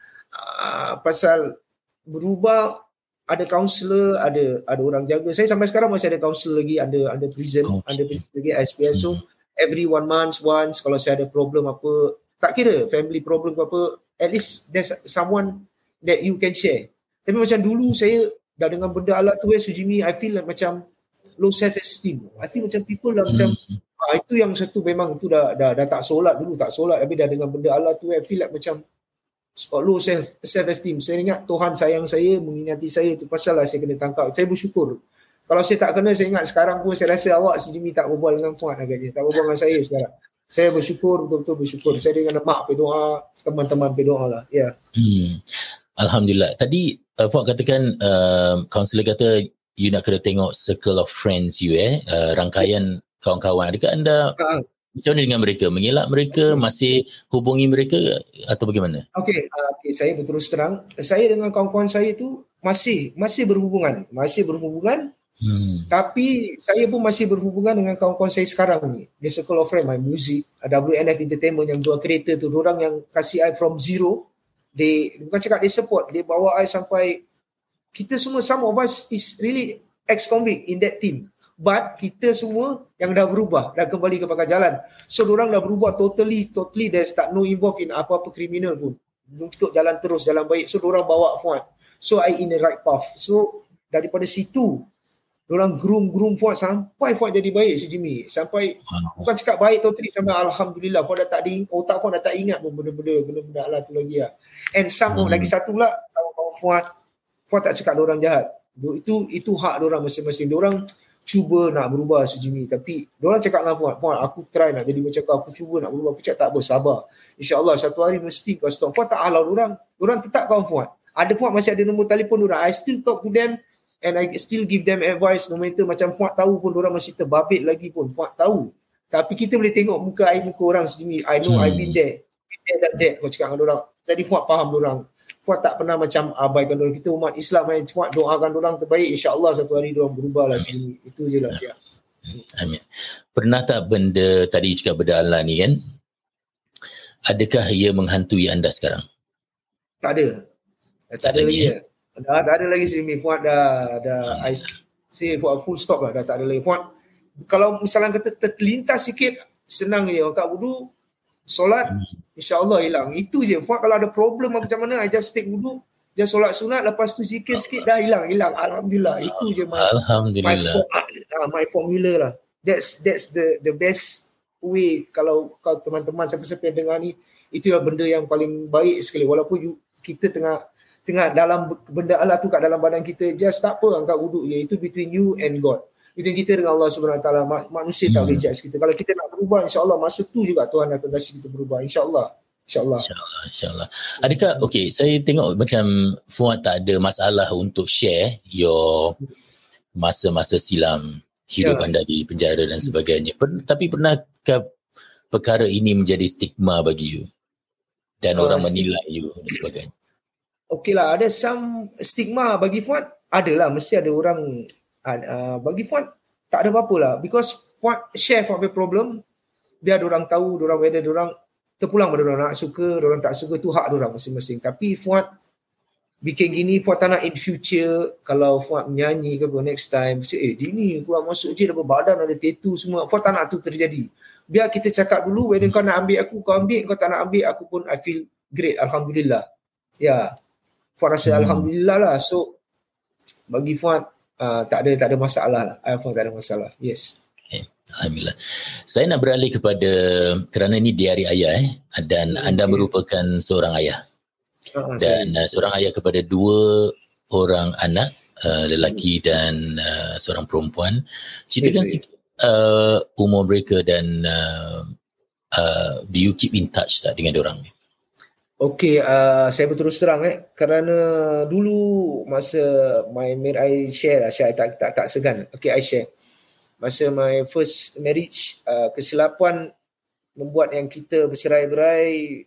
uh, pasal berubah, ada kaunselor, ada ada orang jaga. Saya sampai sekarang masih ada kaunselor lagi, ada ada prison, okay. ada prison lagi S P S. So every one month once kalau saya ada problem apa, tak kira family problem apa, at least there's someone that you can share. Tapi macam dulu saya dah dengan benda alat tu eh Sujimi, I feel like macam low self esteem. I feel macam people lah macam ah, itu yang satu memang tu dah, dah dah tak solat dulu, tak solat tapi dah dengan benda alat tu I feel like macam low self self esteem. Saya ingat Tuhan sayang saya, mengingati saya, tu pasal lah saya kena tangkap. Saya bersyukur. Kalau saya tak kena, saya ingat sekarang pun saya rasa awak sejumi tak berbual dengan Fuad agaknya. Tak berbual dengan saya sekarang. Saya bersyukur, betul-betul bersyukur. Saya dengan mak pergi doa, teman-teman pergi doa lah. Ya. Yeah. Hmm. Alhamdulillah. Tadi uh, Fuad katakan uh, kaunselor kata you nak kena tengok circle of friends you eh, uh, rangkaian kawan-kawan. Adakah anda uh-huh. macam mana dengan mereka? Mengelak mereka? Masih hubungi mereka atau bagaimana? Okey, uh, okay, saya berterus terang. Saya dengan kawan-kawan saya tu masih masih berhubungan. Masih berhubungan. Hmm. Tapi saya pun masih berhubungan dengan kawan-kawan saya sekarang ni. The circle of friend, my music, W N F Entertainment yang dua creator tu. Diorang yang kasih I from zero. They, bukan cakap they support. Dia bawa I sampai, kita semua, some of us is really ex-convict in that team. But kita semua yang dah berubah, dah kembali ke pangkal jalan. So diorang dah berubah totally, totally there's tak no involved in apa-apa kriminal pun. Untuk jalan terus, jalan baik. So diorang bawa Fuad. So I in the right path. So daripada situ, diorang groom-groom Fuad sampai Fuad jadi baik si Jimmy. Sampai, bukan cakap baik totally, sampai Alhamdulillah. Fuad dah tak di, otak Fuad dah tak ingat pun benda-benda, benda-benda Allah tu lagi lah. And some hmm. lagi satu pula, kawan-kawan Fuad, Fuad tak cakap diorang jahat. Itu itu hak diorang masing-masing. Diorang cuba nak berubah sejumi, tapi diorang cakap dengan Fuad, Fuad aku try nak jadi macam kau, aku cuba nak berubah. Aku cakap tak apa, sabar, insyaAllah satu hari mesti kau stop. Fuad tak halau diorang, diorang tetap kawan Fuad. Ada Fuad masih ada nombor telefon diorang, I still talk to them and I still give them advice. No matter macam Fuad tahu pun diorang masih terbabit lagi pun, Fuad tahu. Tapi kita boleh tengok muka I, muka orang sejumi. I know hmm. I been there, been there that, that. Kau cakap dengan diorang, jadi Fuad faham diorang. Fuad tak pernah macam abaikan orang. Kita umat Islam, eh, Fuad doakan orang terbaik, insya-Allah satu hari diorang berubah lah. Sini. Itu je lah. Ya. Amin. Pernah tak benda tadi cakap benda Allah ni kan, adakah ia menghantui anda sekarang? Tak ada. Tak, tak ada lagi. lagi eh? Dah tak ada lagi sini. Fuad dah dah I say Fuad full stop lah, dah tak ada lagi. Fuad kalau misalnya kata terlintas sikit, senang je angkat wudu, solat, hmm. insya-Allah hilang. Itu je. Fuad kalau ada problem macam mana, I just take wudu, just solat sunat, lepas tu zikir sikit, dah hilang, hilang. Alhamdulillah. Itu je my, Alhamdulillah. My, my formula lah. That's that's the the best way. Kalau kalau teman-teman siapa-siapa yang dengar ni, itulah benda yang paling baik sekali. Walaupun you, kita tengah tengah dalam benda Allah tu kat dalam badan kita, just tak apa, angkat wudu je. Itu between you and God. Between kita dengan Allah Subhanahu Wa Taala. Manusia hmm. tak boleh judge kita. Kalau kita nak berubah, insya-Allah masa tu juga Tuhan akan kasi kita berubah. Insya-Allah. Insya-Allah. Insya-Allah, insya-Allah. Adakah okey, saya tengok macam Fuad tak ada masalah untuk share your masa-masa silam hidup ya. Anda di penjara dan sebagainya. Per, tapi pernahkah perkara ini menjadi stigma bagi you? Dan uh, orang menilai you dan sebagainya. Okeylah, ada some stigma bagi Fuad. Adalah, mesti ada orang uh, bagi Fuad tak ada apa-apa lah. Because Fuad share Fuad punya problem, biar orang tahu, orang whether orang terpulang pada orang nak suka, orang tak suka, tu hak orang masing-masing. Tapi Fuad bikin gini, Fuad tak nak in future kalau Fuad menyanyi ke apa next time, eh dia ni keluar masuk je, dapat badan ada tattoo semua. Fuad tak nak tu terjadi. Biar kita cakap dulu, whether kau nak ambil aku, kau ambil, kau tak nak ambil, aku pun I feel great, Alhamdulillah. Ya, Fuad rasa hmm. Alhamdulillah lah. So, bagi Fuad, uh, tak ada tak ada masalah lah. I Fuad tak ada masalah. Yes. Okay. Alhamdulillah. Saya nak beralih kepada, kerana ini di hari ayah eh, dan okay. anda merupakan seorang ayah. Uh, dan uh, seorang ayah kepada dua orang anak, uh, lelaki hmm. dan uh, seorang perempuan. Ceritakan sikit Uh, umur mereka dan uh, uh, do you keep in touch tak dengan diorang? Okay, uh, saya berterus terang eh, kerana dulu masa my marriage, I share lah, share, tak, tak, tak segan. Okay, I share. Masa my first marriage, uh, kesilapan membuat yang kita bercerai-berai,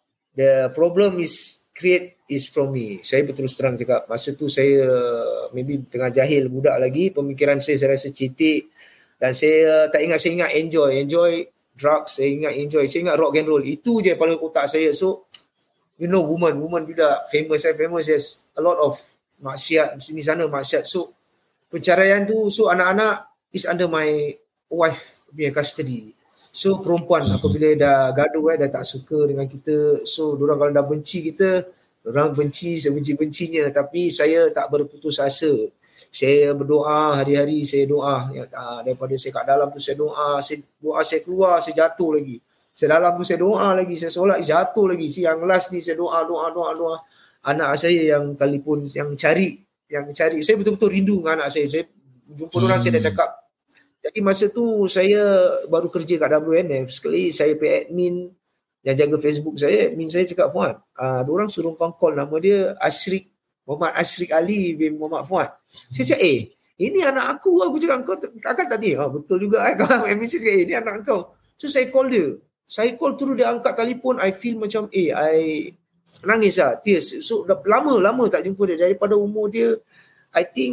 the problem is create is from me. Saya berterus terang cakap, masa tu saya maybe tengah jahil, budak lagi, pemikiran saya saya rasa cetek. Dan saya tak ingat, saya ingat enjoy. Enjoy drugs, saya ingat enjoy. Saya ingat rock and roll. Itu je paling otak saya. So, you know, woman. Woman juga famous. Saya famous. There's a lot of maksiat. Sini sana maksiat. So, perceraian tu, so anak-anak is under my wife punya custody. So, perempuan apabila dah gaduh, eh, dah tak suka dengan kita. So, diorang kalau dah benci kita, diorang benci sebenci-bencinya. Tapi saya tak berputus asa. Saya berdoa hari-hari, saya doa ya, daripada saya kat dalam tu saya doa, saya doa saya keluar, saya jatuh lagi. Saya dalam tu saya doa lagi, saya solat jatuh lagi. Siang last ni saya doa, doa, doa, doa. Anak saya yang kalipun yang cari, yang cari. Saya betul-betul rindu dengan anak saya. Saya jumpa hmm. orang, saya dah cakap. Jadi masa tu saya baru kerja kat W N F. Sekali saya pay admin yang jaga Facebook saya, admin saya cakap, Fuad, uh, diorang suruh kau call, nama dia Ashrik, Muhammad Ashrik Ali bin Muhammad Fuad. Saya cakap, eh, ini anak aku. Aku cakap, kau takkan tak ni? Oh, betul juga. Eh. Kalau admin saya cakap, eh, ini anak kau. So, saya call dia. Saya call terus, dia angkat telefon. I feel macam, eh, I nangis lah. Tears. So, dah lama-lama tak jumpa dia. Daripada umur dia, I think,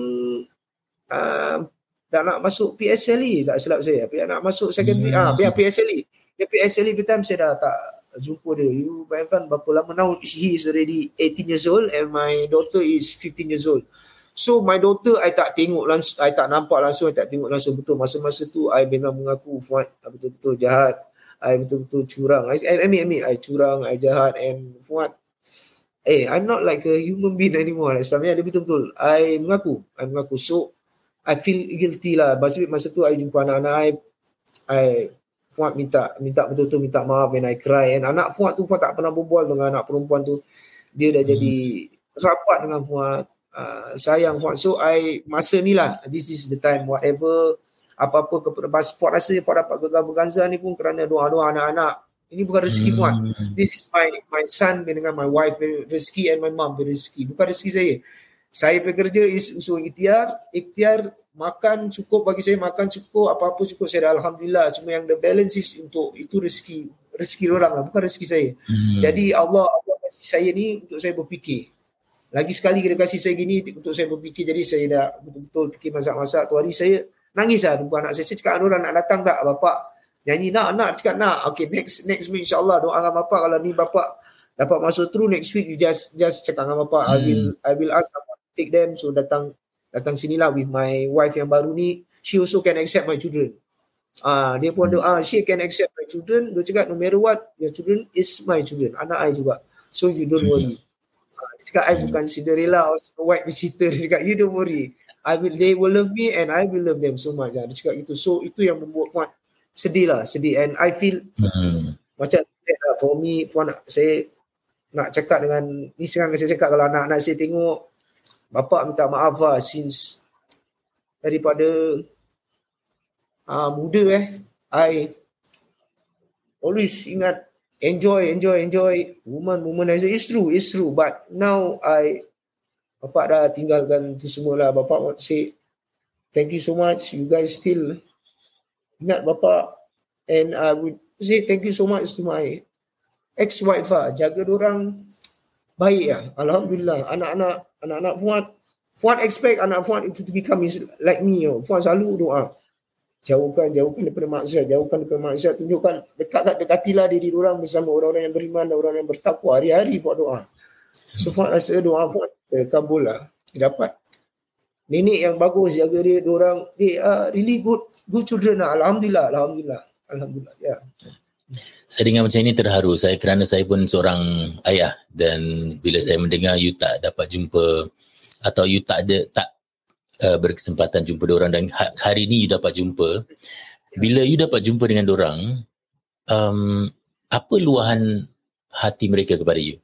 uh, dah nak masuk P S L E. Tak silap saya. Dia nak masuk secondary. Hmm. Ah, P S L E. Dia P S L E time saya dah tak jumpa dia. You bayangkan berapa lama now. He is already eighteen years old and my daughter is fifteen years old. So my daughter I tak tengok langsung, I tak nampak langsung, I tak tengok langsung. Betul masa-masa tu I memang mengaku Fuad betul-betul jahat, I betul-betul curang. I, I, I mean, I mean I curang, I jahat, and Fuad, eh I'm not like a human being anymore. Like, sebenarnya dia betul-betul I mengaku, I mengaku. So I feel guilty lah. Masa, masa tu I jumpa anak-anak I, I Fuad minta minta betul-betul minta maaf when I cry. And anak Fuad tu, Fuad tak pernah berbual dengan anak perempuan tu. Dia dah hmm. jadi rapat dengan Fuad. Uh, sayang Fuad. So I masa ni lah, this is the time, whatever apa-apa kepada Fuad rasa Fuad dapat gegar berganza ni pun kerana doa-doa anak-anak. Ini bukan rezeki hmm. Fuad. This is my my son dengan my wife rezeki, and my mom rezeki. Bukan rezeki saya. Saya bekerja is usul ikhtiar, ikhtiar makan cukup bagi saya, makan cukup, apa-apa cukup saya dah Alhamdulillah. Cuma yang the balance is untuk itu rezeki, rezeki orang lah, bukan rezeki saya. Hmm. Jadi Allah Allah kasih saya ni untuk saya berfikir. lagi sekali dia kasih saya gini untuk saya berfikir, jadi saya dah betul-betul fikir masak-masak. Tu hari saya nangis lah jumpa anak saya. Saya cakap, Anuran nak datang tak bapak nyanyi? Nak, nak. Cakap nak. Okay, next next week insyaAllah doakan bapak, kalau ni bapak dapat masuk through next week, you just just cakap dengan bapak. Hmm. I will I will ask bapak to take them. So datang datang sinilah with my wife yang baru ni. She also can accept my children. Ah, dia pun doa, she can accept my children. Dia cakap no matter what, your children is my children. Anak I juga. So you don't worry. Ah, dia cakap I bukan Cinderella or Snow White bercerita. Dia cakap you don't worry. I will, they will love me and I will love them so much. Dia cakap gitu. So itu yang membuat Fuad sedih lah, sedih. And I feel hmm. macam uh, for me, Fuad, saya nak cakap dengan, ni sekarang saya cakap, kalau anak-anak saya tengok, bapak minta maaf lah, since daripada uh, muda eh, I always ingat, enjoy, enjoy, enjoy, woman, woman, it's true, it's true, but now I, bapak dah tinggalkan tu semua lah. Bapak say, thank you so much, you guys still ingat bapak, and I would say thank you so much to my ex-wife lah, jaga dorang baik lah. Alhamdulillah, anak-anak anak-anak Fuad, Fuad expect anak Fuad itu to become like me. Oh. Fuad selalu doa, jauhkan, jauhkan daripada maksiat, jauhkan daripada maksiat, tunjukkan, dekat dekatilah diri dorang bersama orang-orang yang beriman dan orang yang bertakwa. Hari-hari Fuad doa. So Fuad rasa doa Fuad terkabul lah. Dia dapat nenek yang bagus, jaga dia, dorang, they are really good good children lah. Alhamdulillah, Alhamdulillah, Alhamdulillah. Ya. Yeah. Saya dengar macam ini terharu saya, kerana saya pun seorang ayah, dan bila saya mendengar you tak dapat jumpa atau you tak ada tak uh, berkesempatan jumpa diorang, dan hari ni you dapat jumpa, bila you dapat jumpa dengan diorang, um, apa luahan hati mereka kepada you?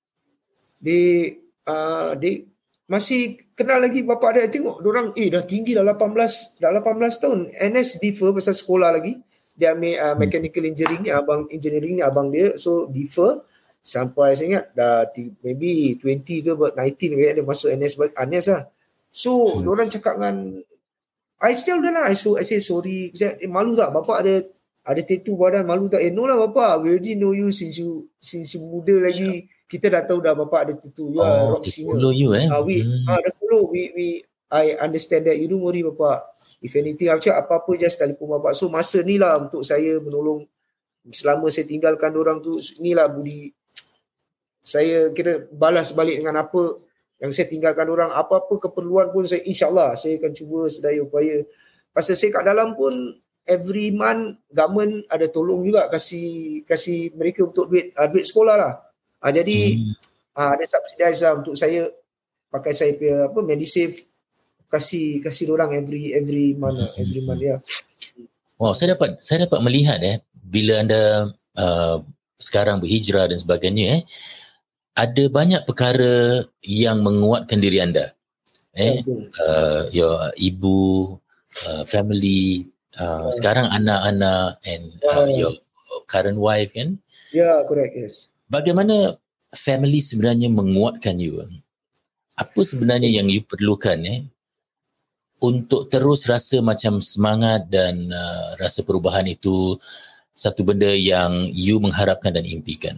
Dia uh, dia masih kenal lagi bapak dia. Tengok diorang eh dah tinggi, dah lapan belas dah lapan belas tahun. N S defer pasal sekolah lagi. Dia ambil uh, mechanical engineering ni, abang engineering ni abang dia, so defer sampai saya ingat dah t- maybe twenty ke nineteen ke dia masuk N S N S lah. So hmm. diorang cakap dengan I still dah lah, I, so, I say sorry. Saya, eh, malu tak bapak ada ada tattoo badan, malu tak? Eh no lah bapak, we already know you since you since you muda lagi. Kita dah tahu dah bapak ada tattoo. You oh, are rock singer. Follow you eh. Uh, we hmm. uh, dah follow. We we I understand that. You don't worry bapak. If anything, aku cakap apa-apa just telefon bapak. So masa ni lah untuk saya menolong, selama saya tinggalkan orang tu, inilah budi saya kira balas balik dengan apa yang saya tinggalkan orang. Apa-apa keperluan pun saya, insyaAllah saya akan cuba sedaya upaya. Pasal saya kat dalam pun every month government ada tolong juga, kasih kasih mereka untuk duit uh, duit sekolah lah. Uh, jadi hmm. uh, ada subsidize lah untuk saya pakai saya punya apa Medisave, kasih kasih orang every every month hmm. every month ya. Wow, saya dapat saya dapat melihat eh bila anda uh, sekarang berhijrah dan sebagainya eh, ada banyak perkara yang menguatkan diri anda. Eh uh, your ibu, uh, family, uh, yeah. sekarang anak-anak and uh, yeah. your current wife kan? Ya, yeah, correct, yes. Bagaimana family sebenarnya menguatkan you? Apa sebenarnya yang you perlukan eh untuk terus rasa macam semangat dan uh, rasa perubahan itu satu benda yang you mengharapkan dan impikan?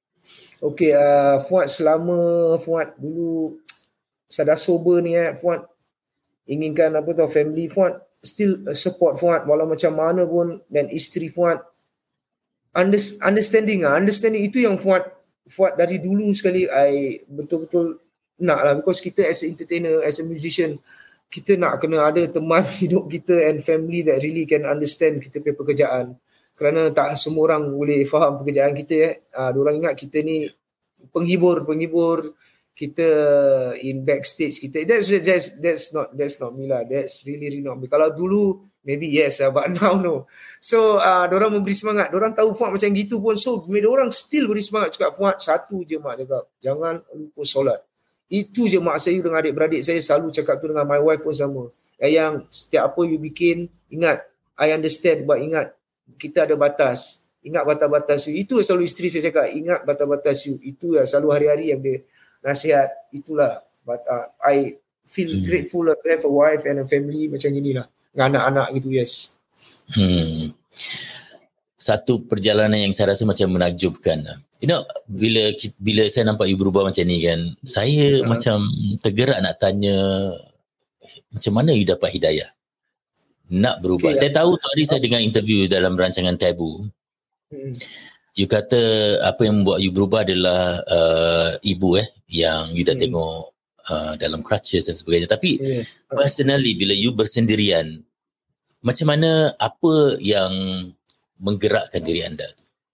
Okey, uh, Fuad selama Fuad dulu sadar sober ni eh, Fuad inginkan apa tau, family Fuad still support Fuad walau macam mana pun, dan isteri Fuad understanding ah, understanding itu yang Fuad Fuad dari dulu sekali I betul-betul nak lah, because kita as a entertainer, as a musician, kita nak kena ada teman hidup kita and family that really can understand kita punya pekerjaan. Kerana tak semua orang boleh faham pekerjaan kita eh. Ah, diorang ingat kita ni penghibur, penghibur kita in backstage kita. That's that's that's not that's not me lah. That's really really not me. Kalau dulu maybe yes, but now no. So uh, diorang memberi semangat. Diorang tahu Fuad macam gitu pun. So diorang still beri semangat. Cakap Fuad, satu je mak cakap, jangan lupa solat. Itu je mak saya dengan adik-beradik saya selalu cakap tu, dengan my wife pun sama. Yang setiap apa you bikin, ingat, I understand, but ingat kita ada batas. Ingat batas-batas you. Itu selalu isteri saya cakap, ingat batas-batas you. Itu yang selalu hari-hari yang dia nasihat. Itulah. But, uh, I feel hmm. grateful to have a wife and a family macam inilah. Dengan anak-anak gitu, yes. Hmm. Satu perjalanan yang saya rasa macam menakjubkan. You know, bila bila saya nampak you berubah macam ni kan, saya uh. macam tergerak nak tanya macam mana you dapat hidayah nak berubah. Okay, saya ya. tahu tu hari saya dengar interview dalam rancangan Tabu. Hmm. You kata apa yang membuat you berubah adalah uh, ibu eh yang you dah hmm. tengok uh, dalam crutches dan sebagainya. Tapi yes. personally bila you bersendirian, macam mana, apa yang menggerakkan diri anda?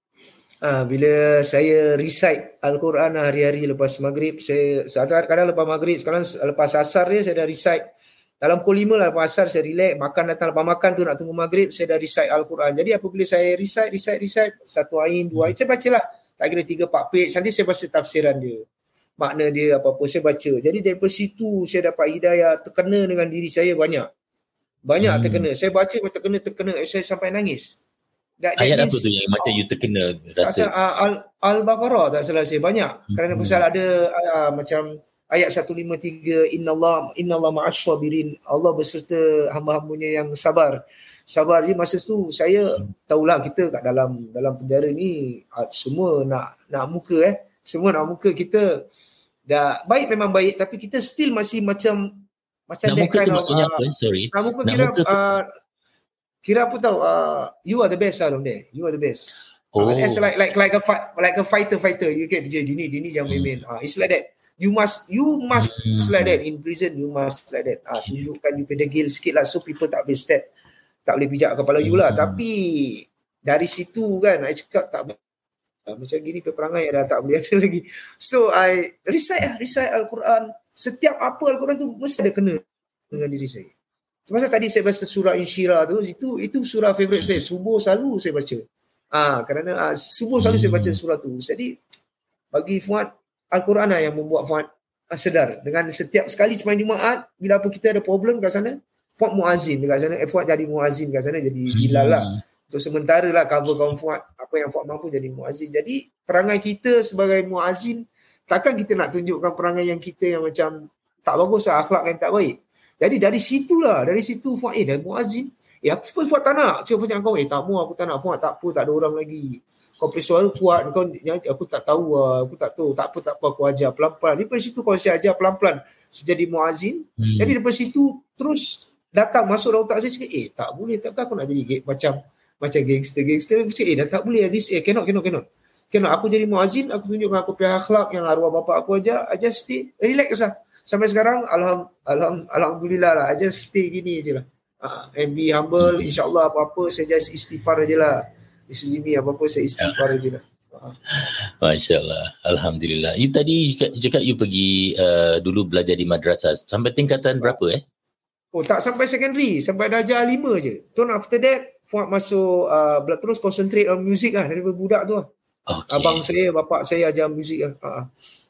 Ah, bila saya recite Al-Quran hari-hari lepas maghrib, saya kadang lepas maghrib, sekarang lepas asar dia saya dah recite. Dalam pukul lima lah lepas asar saya relax, makan datang lepas makan tu nak tunggu maghrib, saya dah recite Al-Quran. Jadi apabila saya recite, recite, recite, satu ain, dua ain, saya baca lah. Tak kira tiga, empat page, nanti saya baca tafsiran dia. Makna dia apa-apa, saya baca. Jadi daripada situ saya dapat hidayah, terkena dengan diri saya banyak. Banyak hmm. terkena. Saya baca terkena, terkena, saya sampai nangis. That, that ayat means, apa tu yang macam you terkena rasa? Uh, Al, Al-Baqarah tak salah saya banyak. Hmm. Kerana pasal ada uh, macam ayat seratus lima puluh tiga, Innallah Innallah ma'asyabirin, Allah beserta hamba-hambanya yang sabar. Sabar je masa tu saya tahulah kita kat dalam dalam penjara ni semua nak nak muka eh. Semua nak muka, kita dah baik memang baik tapi kita still masih macam macam nak muka tu maksudnya apa? Sorry. Nak muka kira uh, kira apa tahu uh, you are the best lah there. You are the best. Oh. Uh, it's like like like a fight, like a fighter fighter. You get dia ni dia ni yang main. Ah, it's like that. You must you must hmm. like that in prison. You must like that. Ah, okay. Tunjukkan you pedagil sikit lah so people tak boleh step, tak boleh pijak kepala you lah. Hmm. Tapi dari situ kan I cakap tak ah, macam gini peperangan yang dah tak boleh ada lagi. So I recite recite Al-Quran. Setiap apa Al-Quran tu mesti ada kena dengan diri saya. Semasa tadi saya baca surah Insyirah tu, itu itu surah favourite saya. Subuh selalu saya baca. Ah, kerana ah, subuh selalu saya baca surah tu. Jadi bagi Fuad, Al-Quran lah yang membuat Fuad ah, sedar. Dengan setiap sekali sembahyang Jumaat, bila apa kita ada problem kat sana, Fuad muazzin dekat sana. Eh, Fuad jadi muazzin kat sana, jadi Bilal lah. Untuk sementara lah cover kaum Fuad. Apa yang Fuad mampu jadi muazzin. Jadi perangai kita sebagai muazzin, takkan kita nak tunjukkan perangai yang kita yang macam tak bagus lah, akhlak yang tak baik. Jadi dari situlah, dari situ Fuad, eh dah muazzin. Eh aku first Fuad tak nak. Cakap macam kau, eh tak mau aku tak nak. Fuad tak apa, tak ada orang lagi. Kau pergi suara kuat, kau aku tak tahu lah, aku tak tahu, tak apa tak apa aku ajar pelan-pelan. Daripada situ kau saya ajar pelan-pelan sejadi muazzin. Hmm. Jadi daripada situ terus datang masuk dalam otak saya cakap, eh tak boleh, takkan aku nak jadi macam macam gangster-gangster. Aku cakap, eh dah tak boleh, this eh cannot, cannot, cannot. Cannot, aku jadi muazzin, aku tunjukkan aku punya akhlak yang arwah bapa aku ajar, I just stay, relax lah. Sampai sekarang, alham, alham, Alhamdulillah lah, I just stay gini je lah. Uh, and be humble, hmm. insyaAllah apa-apa saya just istighfar je lah. Isu Jimmy apa-apa saya istighfar je lah. Uh. Masya Allah, Alhamdulillah. You tadi cakap you pergi uh, dulu belajar di madrasah. Sampai tingkatan berapa eh? Oh tak sampai secondary, sampai darjah lima je. Then after that, Fuad masuk, uh, terus concentrate on music lah, daripada budak tu lah. Okay. Abang saya, bapak saya ajar muzik lah. Uh.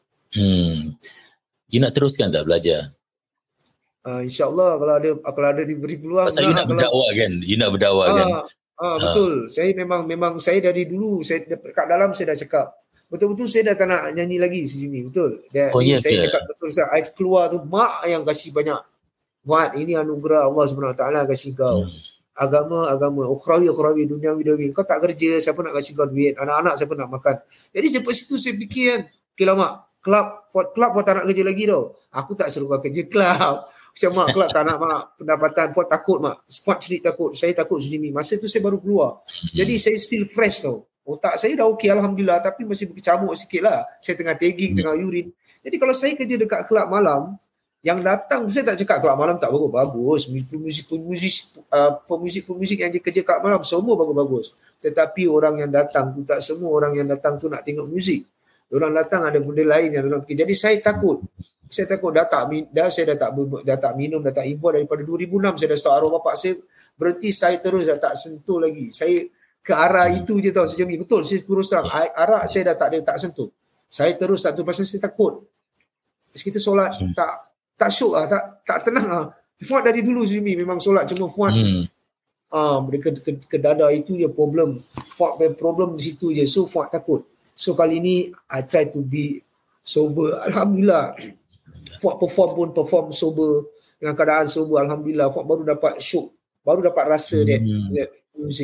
Hmm. You nak teruskan tak belajar? Uh, InsyaAllah kalau ada kalau ada diberi peluang. Pasal you nak kalau, berdakwah kan? You nak berdakwah uh, kan? Uh, betul. Uh. Saya memang memang saya dari dulu, saya kat dalam saya dah cakap. Betul-betul saya dah tak nak nyanyi lagi si Jimmy. Betul. Dan oh, ya, saya ke? cakap betul. Saya keluar tu, mak yang kasih banyak. Buat ini anugerah Allah subhanahu wa taala kasih kau. Hmm. Agama, agama. Ukhrawi, ukhrawi. Duniawi, duniawi. Kau tak kerja, siapa nak kasih kau duit? Anak-anak siapa nak makan? Jadi sampai situ saya fikir kan. Okay lah mak. Kelab, Fuad Kelab Fuad tak nak kerja lagi tau. Aku tak suruh kau kerja kelab. Macam mak Kelab tak nak mak pendapatan. Fuad takut mak. Fuad sendiri takut. Saya takut Jimmy. Masa tu saya baru keluar. Jadi saya still fresh tau. Otak saya dah okey Alhamdulillah. Tapi masih berkecamuk sikit lah. Saya tengah tagging, tengah urine. Jadi kalau saya kerja dekat kelab malam, yang datang, saya tak cakap kelab malam tak bagus. Bagus. Pemuzik-pemuzik uh, pemuzik-pemuzik yang kerja kelab malam semua bagus-bagus. Tetapi orang yang datang tu, tak semua orang yang datang tu nak tengok muzik. Orang datang ada benda lain yang orang fikir. Jadi saya takut. Saya takut dah tak dah saya dah tak dah tak minum, dah tak import daripada dua ribu enam saya dah start arwah bapak saya berhenti, saya terus dah tak sentuh lagi. Saya ke arah itu je tau sejam ni. Betul, saya terus terang. Arak saya dah tak ada, tak sentuh. Saya terus tak tu pasal saya takut. Kita solat tak tak syuk lah, tak tak tenang ah. Fuad dari dulu sejam ni memang solat cuma Fuad hmm. ah mereka ke, ke dada itu je problem. Fuad problem di situ je. So Fuad takut. So kali ni I try to be sober. Alhamdulillah. Fuad perform pun perform sober. Dengan keadaan sober Alhamdulillah. Fuad baru dapat shock. Baru dapat rasa hmm. that, that music lah.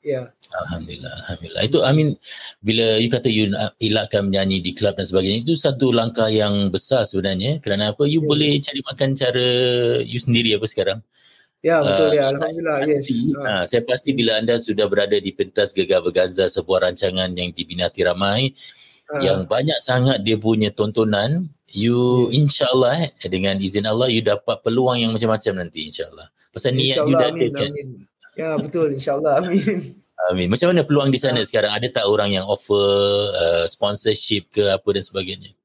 Ya. Alhamdulillah, Alhamdulillah. Itu I mean, bila you kata you nak elakkan menyanyi di klub dan sebagainya, itu satu langkah yang besar sebenarnya. Kerana apa? You Ya. boleh cari makan cara you sendiri apa sekarang. Ya, betul Uh, ya. saya Alhamdulillah, pasti, yes. uh, saya pasti bila anda sudah berada di pentas Gegar Berganza, sebuah rancangan yang diminati ramai, uh. yang banyak sangat dia punya tontonan, you yes. insyaAllah eh, dengan izin Allah, you dapat peluang yang macam-macam nanti insyaAllah. Pasal niat you dah ada kan. Amin. Ya, betul, insyaAllah, amin. Amin. Macam mana peluang di sana uh. sekarang? Ada tak orang yang offer uh, sponsorship ke apa dan sebagainya?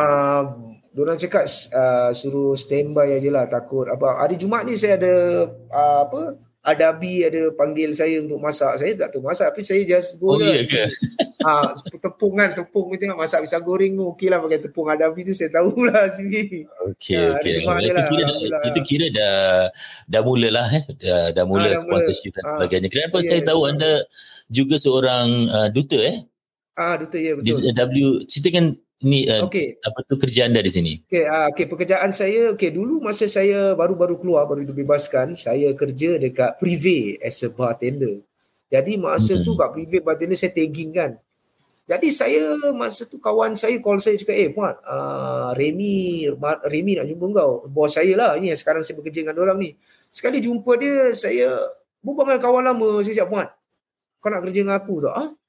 Uh, Diorang cakap uh, suruh standby aje lah, takut apa. Hari Jumaat ni saya ada uh, apa Adabi ada panggil saya untuk masak. Saya tak tahu masak, tapi saya just go oh, lah. iya ke? Ah, tepung kan, tepung ni tengok masak pisang goreng tu okey lah, pakai tepung Adabi tu saya tahulah sini. Okey ya, okey. Itu lah, kira dah, itu kira dah dah mulalah eh. Dah, dah mula ah, dah sponsorship mula. Dan sebagainya. Ah, Kenapa yes, saya tahu yes. anda juga seorang uh, duta eh? Ah, duta ya, betul. Di W ceritakan ni uh, okay. apa tu kerja anda di sini? Okey, uh, okey pekerjaan saya okey dulu masa saya baru-baru keluar baru dibebaskan, saya kerja dekat Privé as a bartender. Jadi masa hmm. tu kat Privé bartender saya tagging kan. Jadi saya masa tu kawan saya call saya cakap, "Eh Fuad, uh, Remy Remy nak jumpa kau." Bos saya lah ni sekarang saya bekerja dengan orang ni. Sekali jumpa dia, saya berbual dengan kawan lama, saya cakap, "Fuad, kau nak kerja dengan aku tak?" Ah?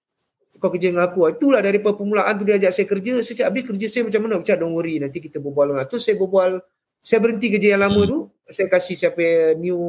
Kau kerja dengan aku. Itulah dari permulaan tu dia ajak saya kerja. Saya cakap, habis kerja saya macam mana? Aku cakap, don't worry, nanti kita berbual dengan tu. Saya berbual, saya berhenti kerja yang lama tu. Saya kasih siapa new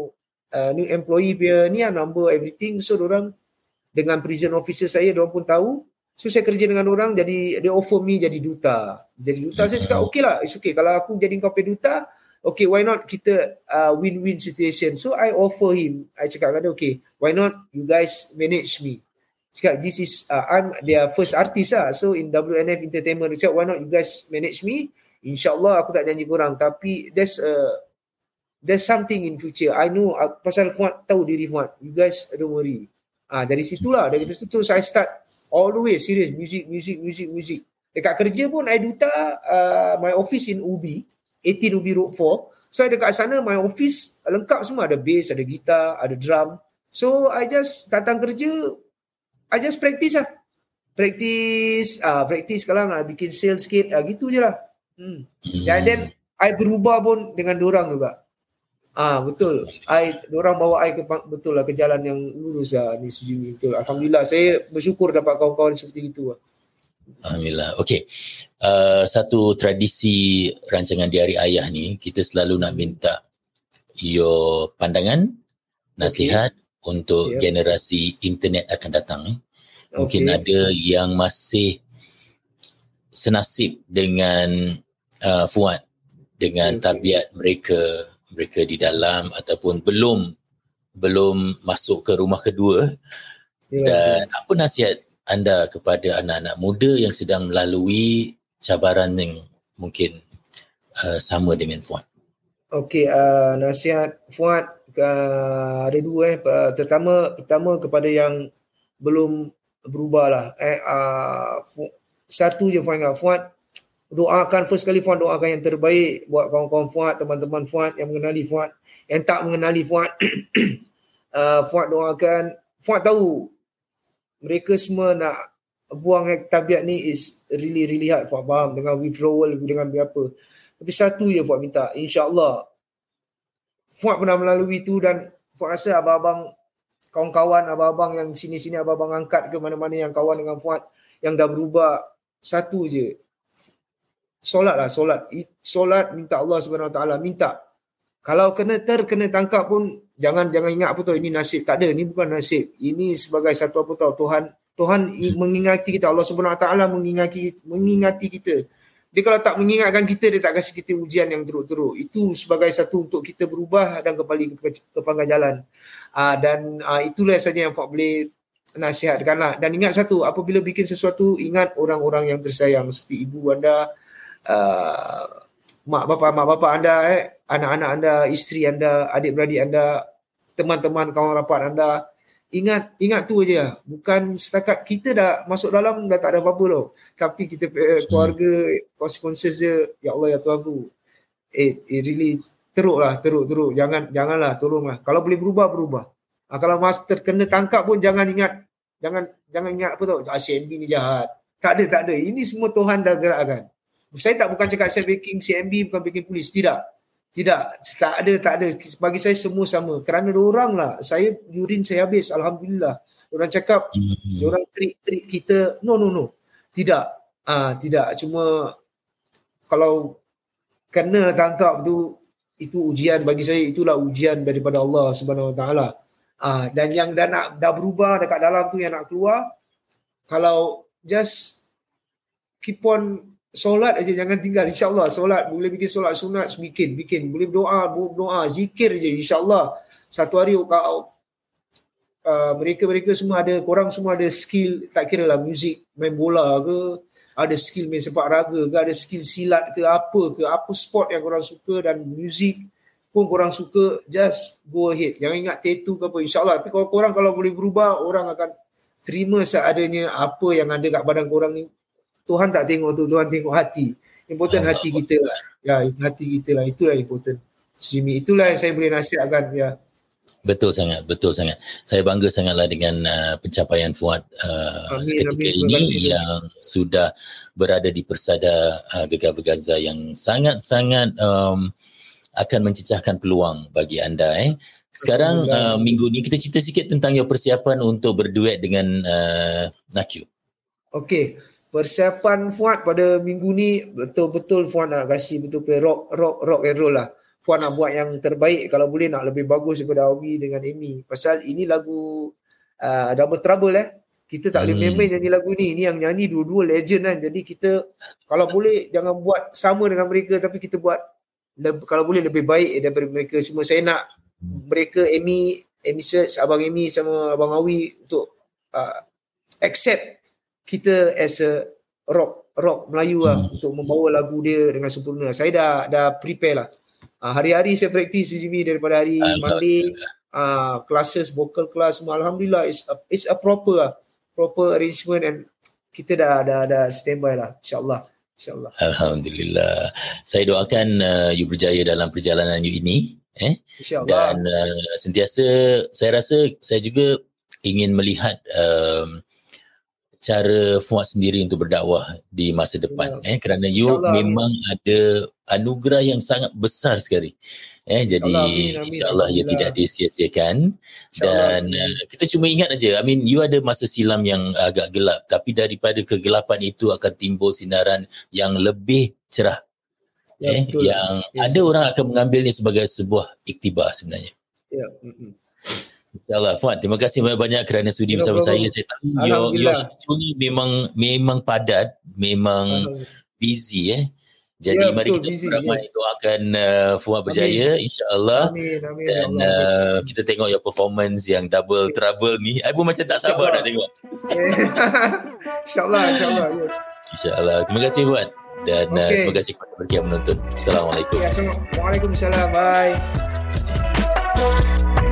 uh, new employee punya ni, number, everything. So, diorang dengan prison officer saya, diorang pun tahu. So, saya kerja dengan orang, jadi dia offer me jadi duta. Jadi duta, saya cakap, okay lah, it's okay. Kalau aku jadi kau punya duta, okay, why not kita uh, win-win situation. So, I offer him. I cakap dengan dia, okay, why not you guys manage me. Cakap, this is uh, I'm their first artist lah. So in W N F Entertainment, cakap, why not you guys manage me? InsyaAllah aku tak janji korang. Tapi there's uh, there's something in future. I know uh, pasal Fuad tahu diri Fuad. You guys don't worry. Ah, dari situlah, dari situ saya start all the way serious music, music, music, music. Dekat kerja pun I duta uh, my office in Ubi, eighteen Ubi Road four. So dekat sana my office lengkap semua, ada bass, ada gitar, ada drum. So I just datang kerja, I just practice lah. Practice, uh, practice sekarang lah, bikin sales sikit, uh, gitu je lah. Hmm. And then, I berubah pun dengan diorang juga. Ah, betul. I, diorang bawa I ke, betul lah, ke jalan yang lurus lah ni Sujimi. Betul. Alhamdulillah, saya bersyukur dapat kawan-kawan seperti itu lah. Alhamdulillah. Okay. Uh, satu tradisi rancangan di Hari Ayah ni, kita selalu nak minta your pandangan, nasihat, okay. untuk yeah. generasi internet akan datang. Eh. Mungkin okay. ada yang masih senasib dengan uh, Fuad, dengan okay. tabiat mereka, mereka di dalam ataupun belum belum masuk ke rumah kedua. Yeah, dan okay. apa nasihat anda kepada anak-anak muda yang sedang melalui cabaran yang mungkin uh, sama dengan Fuad? Okey, uh, nasihat Fuad uh, ada dua eh. Pertama, pertama kepada yang belum berubah lah. Eh, uh, fu- satu je Fuad, Fuad doakan, first kali Fuad doakan yang terbaik buat kawan-kawan Fuad, teman-teman Fuad yang mengenali Fuad, yang tak mengenali Fuad. uh, Fuad doakan, Fuad tahu mereka semua nak buang tabiat ni is really really hard. Fuad faham dengan withdrawal, dengan apa. Tapi satu je Fuad minta, insyaAllah Fuad pernah melalui tu dan Fuad rasa abang-abang, kawan-kawan abang-abang yang sini-sini abang-abang angkat ke mana-mana yang kawan dengan Fuad yang dah berubah, satu je, solat lah, solat. Solat, minta Allah subhanahu wa taala, minta. Kalau kena terkena tangkap pun, jangan jangan ingat apa tu, ini nasib. Tak ada, ini bukan nasib. Ini sebagai satu apa tahu, Tuhan Tuhan mengingati kita, Allah subhanahu wa taala mengingati, mengingati kita. Dia kalau tak mengingatkan kita, dia tak kasih kita ujian yang teruk-teruk. Itu sebagai satu untuk kita berubah dan kembali ke, ke pangkal jalan. Uh, dan uh, itulah saja yang Fuad boleh nasihatkanlah. Dan ingat satu, apabila bikin sesuatu, ingat orang-orang yang tersayang seperti ibu anda, uh, mak bapa mak bapa anda, eh, anak-anak anda, isteri anda, adik-beradik anda, teman-teman kawan rapat anda. Ingat, ingat tu aja. Bukan setakat kita dah masuk dalam dah tak ada apa-apa tau. Tapi kita eh, keluarga, consequences dia, ya Allah ya Tuhan aku. Eh, eh really teruk lah, teruk, teruk. Jangan, janganlah, tolonglah. Kalau boleh berubah, berubah. Ha, kalau master kena tangkap pun jangan ingat, jangan jangan ingat apa tu, ah, C M B ni jahat. Tak ada, tak ada. Ini semua Tuhan dah gerakkan. Saya tak bukan cakap saya backing C M B, bukan backing polis. Tidak. Tidak. Tak ada, tak ada. Bagi saya semua sama. Kerana diorang lah. Saya, urine saya habis. Alhamdulillah. Diorang cakap, mm-hmm. diorang treat-treat kita. No, no, no. Tidak. Ah, tidak. Cuma kalau kena tangkap tu, itu ujian bagi saya. Itulah ujian daripada Allah Subhanahu Wa Taala. Ah, dan yang dah nak dah berubah dekat dalam tu yang nak keluar, kalau just keep on solat aja, jangan tinggal. InsyaAllah solat, boleh bikin solat sunat, bikin, bikin. Boleh berdoa, berdoa, zikir aja. InsyaAllah satu hari uh, mereka-mereka semua ada, korang semua ada skill, tak kira lah muzik, main bola ke, ada skill main sepak raga ke, ada skill silat ke, apa ke, apa sport yang korang suka, dan muzik pun korang suka, just go ahead. Jangan ingat tattoo ke apa, insyaAllah. Tapi kalau korang kalau boleh berubah, orang akan terima seadanya apa yang ada kat badan korang ni. Tuhan tak tengok tu, Tuhan tengok hati. Important hati kita lah. Ya, hati kita lah. Itulah important. Jimmy, itulah yang saya boleh nasihatkan. Ya. Betul sangat, betul sangat. Saya bangga sangatlah dengan uh, pencapaian Fuad uh, amin, seketika amin, ini amin. Yang sudah berada di persada uh, Gegar Berganza yang sangat-sangat um, akan mencecahkan peluang bagi anda. Eh. Sekarang uh, minggu ni kita cerita sikit tentang your persiapan untuk berduet dengan uh, Nakyu. Okey. Persiapan Fuad pada minggu ni betul-betul Fuad nak kasih betul-betul rock rock rock and roll lah. Fuad nak buat yang terbaik, kalau boleh nak lebih bagus daripada Awi dengan Amy. Pasal ini lagu uh, Double Trouble eh. Kita tak boleh hmm. main-main nyanyi lagu ni. Ini yang nyanyi dua-dua legend kan. Jadi kita kalau boleh jangan buat sama dengan mereka, tapi kita buat le- kalau boleh lebih baik daripada mereka. Cuma saya nak mereka, Amy, Amy Search, Abang Amy sama Abang Awi untuk uh, accept kita as a rock rock Melayu lah, hmm. untuk membawa lagu dia dengan sempurna. Saya dah dah prepare lah. Uh, hari-hari saya praktis Jimmy, daripada hari Monday, uh, classes, vocal class semua. Alhamdulillah, it's a, it's a proper lah, proper arrangement, and kita dah dah dah standby lah, insyaAllah. InsyaAllah. Alhamdulillah. Saya doakan uh, you berjaya dalam perjalanan you ini. Eh? InsyaAllah. Dan uh, sentiasa saya rasa saya juga ingin melihat um, cara Fuad sendiri untuk berdakwah di masa depan, ya. eh kerana you InsyaAllah, memang amin. Ada anugerah yang sangat besar sekali, eh jadi insya-Allah ia tidak disia-siakan. Dan uh, kita cuma ingat aja, I mean you ada masa silam yang agak gelap, tapi daripada kegelapan itu akan timbul sinaran yang lebih cerah, ya, eh betul. Yang ya, ada betul. Orang akan mengambilnya sebagai sebuah iktibar sebenarnya. Ya. Mm-mm. InsyaAllah. Fuad, terima kasih banyak-banyak kerana sudi bersama saya. Saya tahu your, your schedule ni memang memang padat, memang busy eh. Jadi ya, mari betul, kita ramai yes. doakan uh, Fuad berjaya, insyaAllah. Amin, amin. Dan uh, kita tengok your performance yang double trouble ni. I pun macam tak sabar nak tengok. InsyaAllah, insyaAllah. Yes. InsyaAllah. Terima kasih Fuad. Dan okay. uh, terima kasih kepada mereka yang menonton. Assalamualaikum. Ya, Waalaikumsalam. Bye.